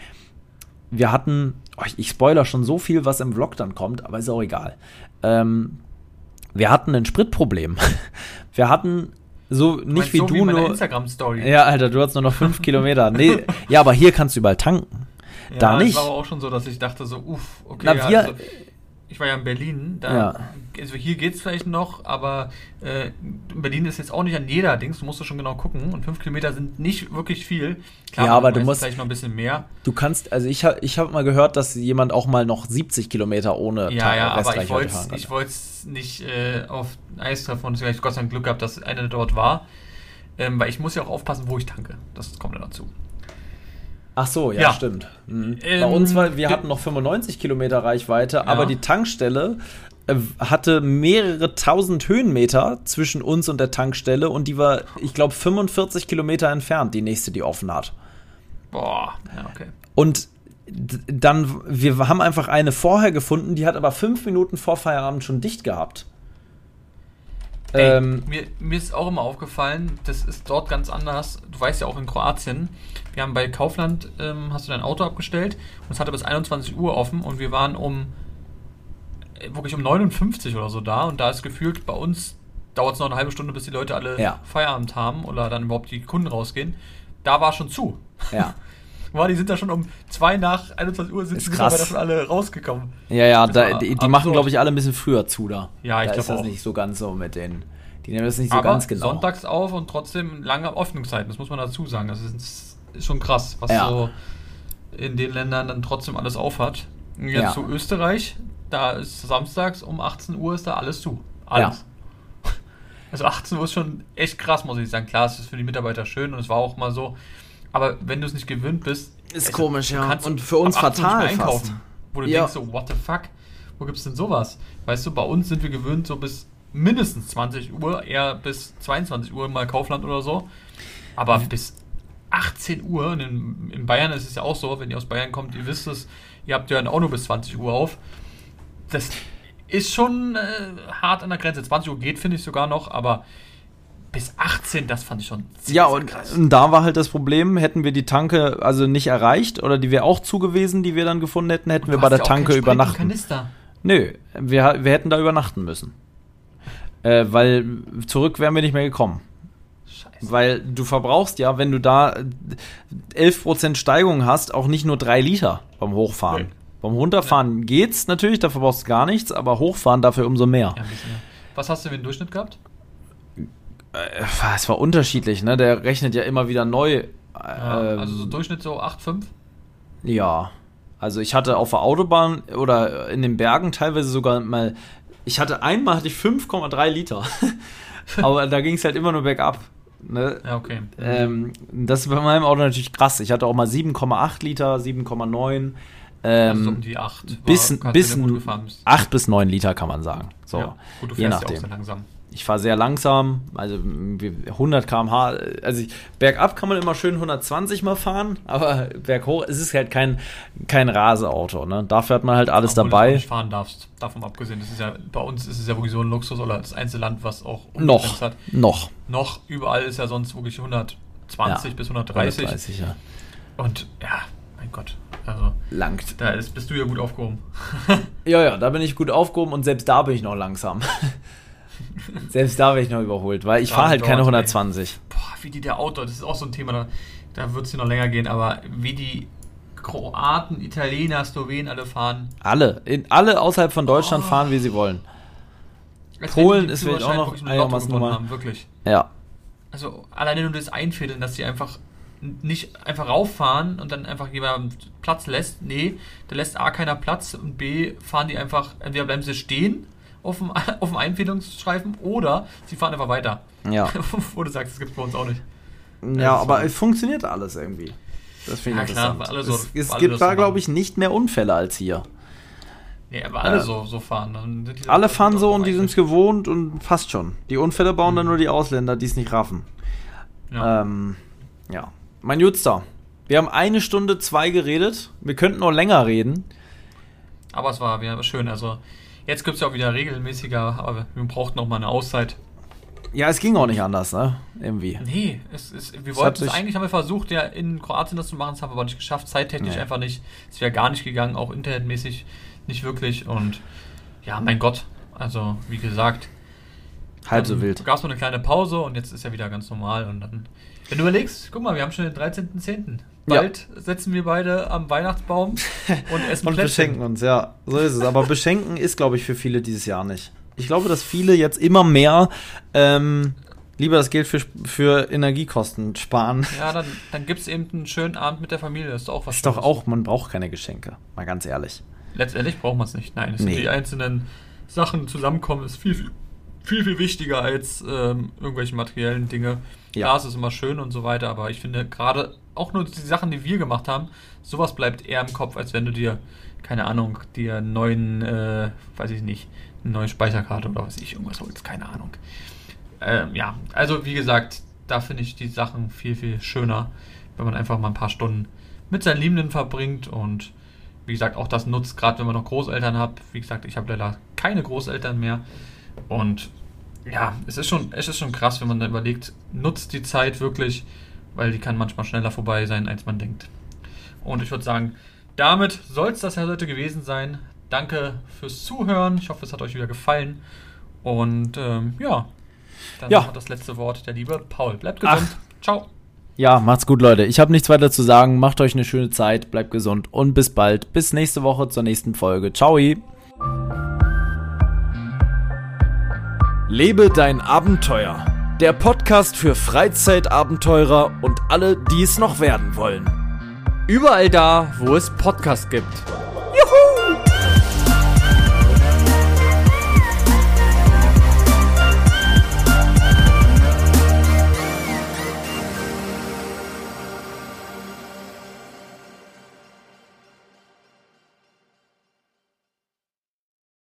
wir hatten, oh, ich, ich spoiler schon so viel, was im Vlog dann kommt, aber ist auch egal. Ähm, wir hatten ein Spritproblem. Wir hatten so nicht meinst wie so du wie nur. Instagram-Story. Ja, Alter, du hast nur noch fünf Kilometer. Nee, ja, aber hier kannst du überall tanken. Ja, da nicht. Das war aber auch schon so, dass ich dachte so, uff, okay. Na, wir, also, ich war ja in Berlin, da, ja. also hier geht's vielleicht noch, aber äh, Berlin ist jetzt auch nicht an jeder Dings, du musst schon genau gucken und fünf Kilometer sind nicht wirklich viel. Klar, ja, aber du musst vielleicht noch ein bisschen mehr. Du kannst, also ich habe ich hab mal gehört, dass jemand auch mal noch siebzig Kilometer ohne Ja, Tag, ja, aber ich wollte ich wollte es nicht äh, auf Eis treffen und ich Gott sei Dank Glück gehabt, dass einer dort war, ähm, weil ich muss ja auch aufpassen, wo ich tanke. Das kommt dann dazu. Ach so, ja, Ja. stimmt. Mhm. Ähm, Bei uns war, wir ge- hatten noch fünfundneunzig Kilometer Reichweite, Ja. aber die Tankstelle äh, hatte mehrere tausend Höhenmeter zwischen uns und der Tankstelle und die war, ich glaube, fünfundvierzig Kilometer entfernt, die nächste, die offen hat. Boah, ja, okay. Und d- dann, wir haben einfach eine vorher gefunden, die hat aber fünf Minuten vor Feierabend schon dicht gehabt. Ey, Ähm, mir, mir ist auch immer aufgefallen, das ist dort ganz anders. Du weißt ja auch in Kroatien, wir haben bei Kaufland, ähm, hast du dein Auto abgestellt und es hatte bis einundzwanzig Uhr offen und wir waren um äh, wirklich um neunundfünfzig oder so da und da ist gefühlt, bei uns dauert es noch eine halbe Stunde, bis die Leute alle Ja. Feierabend haben oder dann überhaupt die Kunden rausgehen. Da war schon zu. ja. War, die sind da schon um zwei nach einundzwanzig Uhr sind Ist die krass. Mitarbeiter schon alle rausgekommen. Ja, ja, Das da, war die, die absurd. machen, glaube ich, alle ein bisschen früher zu da. Ja, ich da glaub ist das auch. nicht so ganz so mit denen. Die nehmen das nicht so Aber ganz genau. sonntags auf und trotzdem lange Öffnungszeiten, das muss man dazu sagen. Das ist, ist schon krass, was Ja. so in den Ländern dann trotzdem alles auf hat. Und jetzt Ja. zu Österreich, da ist samstags um achtzehn Uhr ist da alles zu. Alles. Also achtzehn Uhr ist schon echt krass, muss ich sagen. Klar, es ist für die Mitarbeiter schön und es war auch mal so. Aber wenn du es nicht gewöhnt bist, Ist also, komisch, du ja. kannst Und für uns ab achtzehn Uhr fatal nicht mehr einkaufen. fast. Wo du Ja. denkst so, what the fuck? Wo gibt's denn sowas? Weißt du, bei uns sind wir gewöhnt so bis mindestens zwanzig Uhr, eher bis zweiundzwanzig Uhr mal Kaufland oder so. Aber bis achtzehn Uhr, und in, in Bayern ist es ja auch so, wenn ihr aus Bayern kommt, ihr wisst es, ihr habt ja auch nur bis zwanzig Uhr auf. Das ist schon äh, hart an der Grenze. zwanzig Uhr geht, finde ich sogar noch, aber bis achtzehn, das fand ich schon sehr, Ja, sehr und krass. und da war halt das Problem, hätten wir die Tanke also nicht erreicht oder die wäre auch zu gewesen, die wir dann gefunden hätten, hätten Und wir du bei hast der ja auch Tanke keinen übernachten. Kanister. Nö, wir, wir hätten da übernachten müssen. Äh, weil zurück wären wir nicht mehr gekommen. Scheiße. Weil du verbrauchst ja, wenn du da elf Prozent Steigung hast, auch nicht nur drei Liter beim Hochfahren. Nee. Beim Runterfahren geht's natürlich, da verbrauchst du gar nichts, aber Hochfahren dafür umso mehr. Ja, ein bisschen, ja. Was hast du für einen Durchschnitt gehabt? Äh, Es war unterschiedlich, ne? Der rechnet ja immer wieder neu. Ja, Ähm, also so Durchschnitt so acht Komma fünf? Ja, also ich hatte auf der Autobahn oder in den Bergen teilweise sogar mal, ich hatte einmal hatte ich fünf Komma drei Liter, aber da ging es halt immer nur bergab. Ne? Ja, okay. Ähm, das ist bei meinem Auto natürlich krass. Ich hatte auch mal sieben Komma acht Liter, sieben Komma neun. Also so um Ähm, die acht. bis, War- bis wenn du gut gefahren bist. acht bis neun Liter kann man sagen. So, Ja, gut, du je fährst ja auch nachdem. sehr langsam. Ich fahre sehr langsam, also wir- hundert Kilometer pro Stunde. Also ich, bergab kann man immer schön hundertzwanzig mal fahren, aber berghoch es ist halt kein, kein Raseauto. Ne? Dafür hat man halt alles Obwohl du dabei. auch nicht fahren darfst. Davon abgesehen, das ist ja, bei uns ist es ja wirklich so ein Luxus oder das einzige Land, was auch Noch, unbegrenzt hat. noch. Noch, überall ist ja sonst wirklich hundertzwanzig Ja, bis hundertdreißig. hundertdreißig, ja. Und ja, mein Gott, also Langt. da ist, bist du ja gut aufgehoben. Ja, ja, da bin ich gut aufgehoben und selbst da bin ich noch langsam. Selbst da bin ich noch überholt, weil ich Ja, fahre halt das keine dauert, ey. hundertzwanzig. Boah, wie die der Auto, das ist auch so ein Thema, da, da wird es hier noch länger gehen, aber wie die Kroaten, Italiener, Slowenen alle fahren. Alle, in, alle außerhalb von Deutschland Oh. fahren, wie sie wollen. Als Polen wenn die ist den vielleicht auch noch Führerschein wirklich mit Lotto einigermaßen gewonnen normal. haben, wirklich. Ja, Also alleine nur das Einfädeln, dass die einfach nicht einfach rauffahren und dann einfach jemand Platz lässt. Nee, da lässt A keiner Platz und B fahren die einfach, entweder bleiben sie stehen auf dem, auf dem Einfädelungsstreifen oder sie fahren einfach weiter. ja. Wo du sagst, das gibt es bei uns auch nicht. Ja, Also, aber es funktioniert alles irgendwie. Das finde ich Ja, klar, interessant. weil alle so- es es weil alle gibt das da, so glaube machen. ich, nicht mehr Unfälle als hier. Nee, aber alle Äh, so, so fahren. Dann sind die- Alle fahren so und die sind es eigentlich- gewohnt und passt schon. Die Unfälle bauen dann Mhm. nur die Ausländer, die es nicht raffen. Ja. Ähm, ja. Mein Jutster, wir haben eine Stunde zwei geredet. Wir könnten noch länger reden. Aber es war wieder schön. Also jetzt gibt es ja auch wieder regelmäßiger, aber wir brauchten noch mal eine Auszeit. Ja, es ging auch nicht anders, ne? Irgendwie. Nee, es ist, wir Es wollten hat es sich- eigentlich, haben wir versucht, ja in Kroatien das zu machen, das haben wir aber nicht geschafft, zeittechnisch Nee. einfach nicht. Es wäre gar nicht gegangen, auch internetmäßig nicht wirklich. Und ja, mein Gott, also wie gesagt, Halb so wild. gab es mal eine kleine Pause und jetzt ist ja wieder ganz normal. Und dann, wenn du überlegst, guck mal, wir haben schon den dreizehnten zehnten Ja. Bald setzen wir beide am Weihnachtsbaum und essen Und Plätzchen. beschenken uns, ja. So ist es. Aber beschenken ist, glaube ich, für viele dieses Jahr nicht. Ich glaube, dass viele jetzt immer mehr ähm, lieber das Geld für, für Energiekosten sparen. Ja, dann, dann gibt es eben einen schönen Abend mit der Familie. Das ist doch auch was Ist doch Schönes. auch, man braucht keine Geschenke. Mal ganz ehrlich. Letztendlich braucht man es nicht. Nein, es Nee. sind die einzelnen Sachen zusammenkommen, ist viel, viel, viel, viel wichtiger als ähm, irgendwelche materiellen Dinge. Ja. Klar, es ist immer schön und so weiter, aber ich finde gerade auch nur die Sachen, die wir gemacht haben, sowas bleibt eher im Kopf, als wenn du dir, keine Ahnung, dir einen neuen, äh, weiß ich nicht, eine neue Speicherkarte oder was ich, irgendwas holst, keine Ahnung. Ähm, ja, also wie gesagt, da finde ich die Sachen viel, viel schöner, wenn man einfach mal ein paar Stunden mit seinen Liebenden verbringt und wie gesagt, auch das nutzt, gerade wenn man noch Großeltern hat. Wie gesagt, ich habe leider keine Großeltern mehr und ja, es ist schon, es ist schon krass, wenn man da überlegt, nutzt die Zeit wirklich, weil die kann manchmal schneller vorbei sein, als man denkt. Und ich würde sagen, damit soll es das ja heute gewesen sein. Danke fürs Zuhören. Ich hoffe, es hat euch wieder gefallen. Und ähm, ja, dann Ja. noch das letzte Wort der liebe Paul. Bleibt gesund. Ach. Ciao. Ja, macht's gut, Leute. Ich habe nichts weiter zu sagen. Macht euch eine schöne Zeit, bleibt gesund und bis bald. Bis nächste Woche zur nächsten Folge. Ciao. Lebe dein Abenteuer. Der Podcast für Freizeitabenteurer und alle, die es noch werden wollen. Überall da, wo es Podcasts gibt.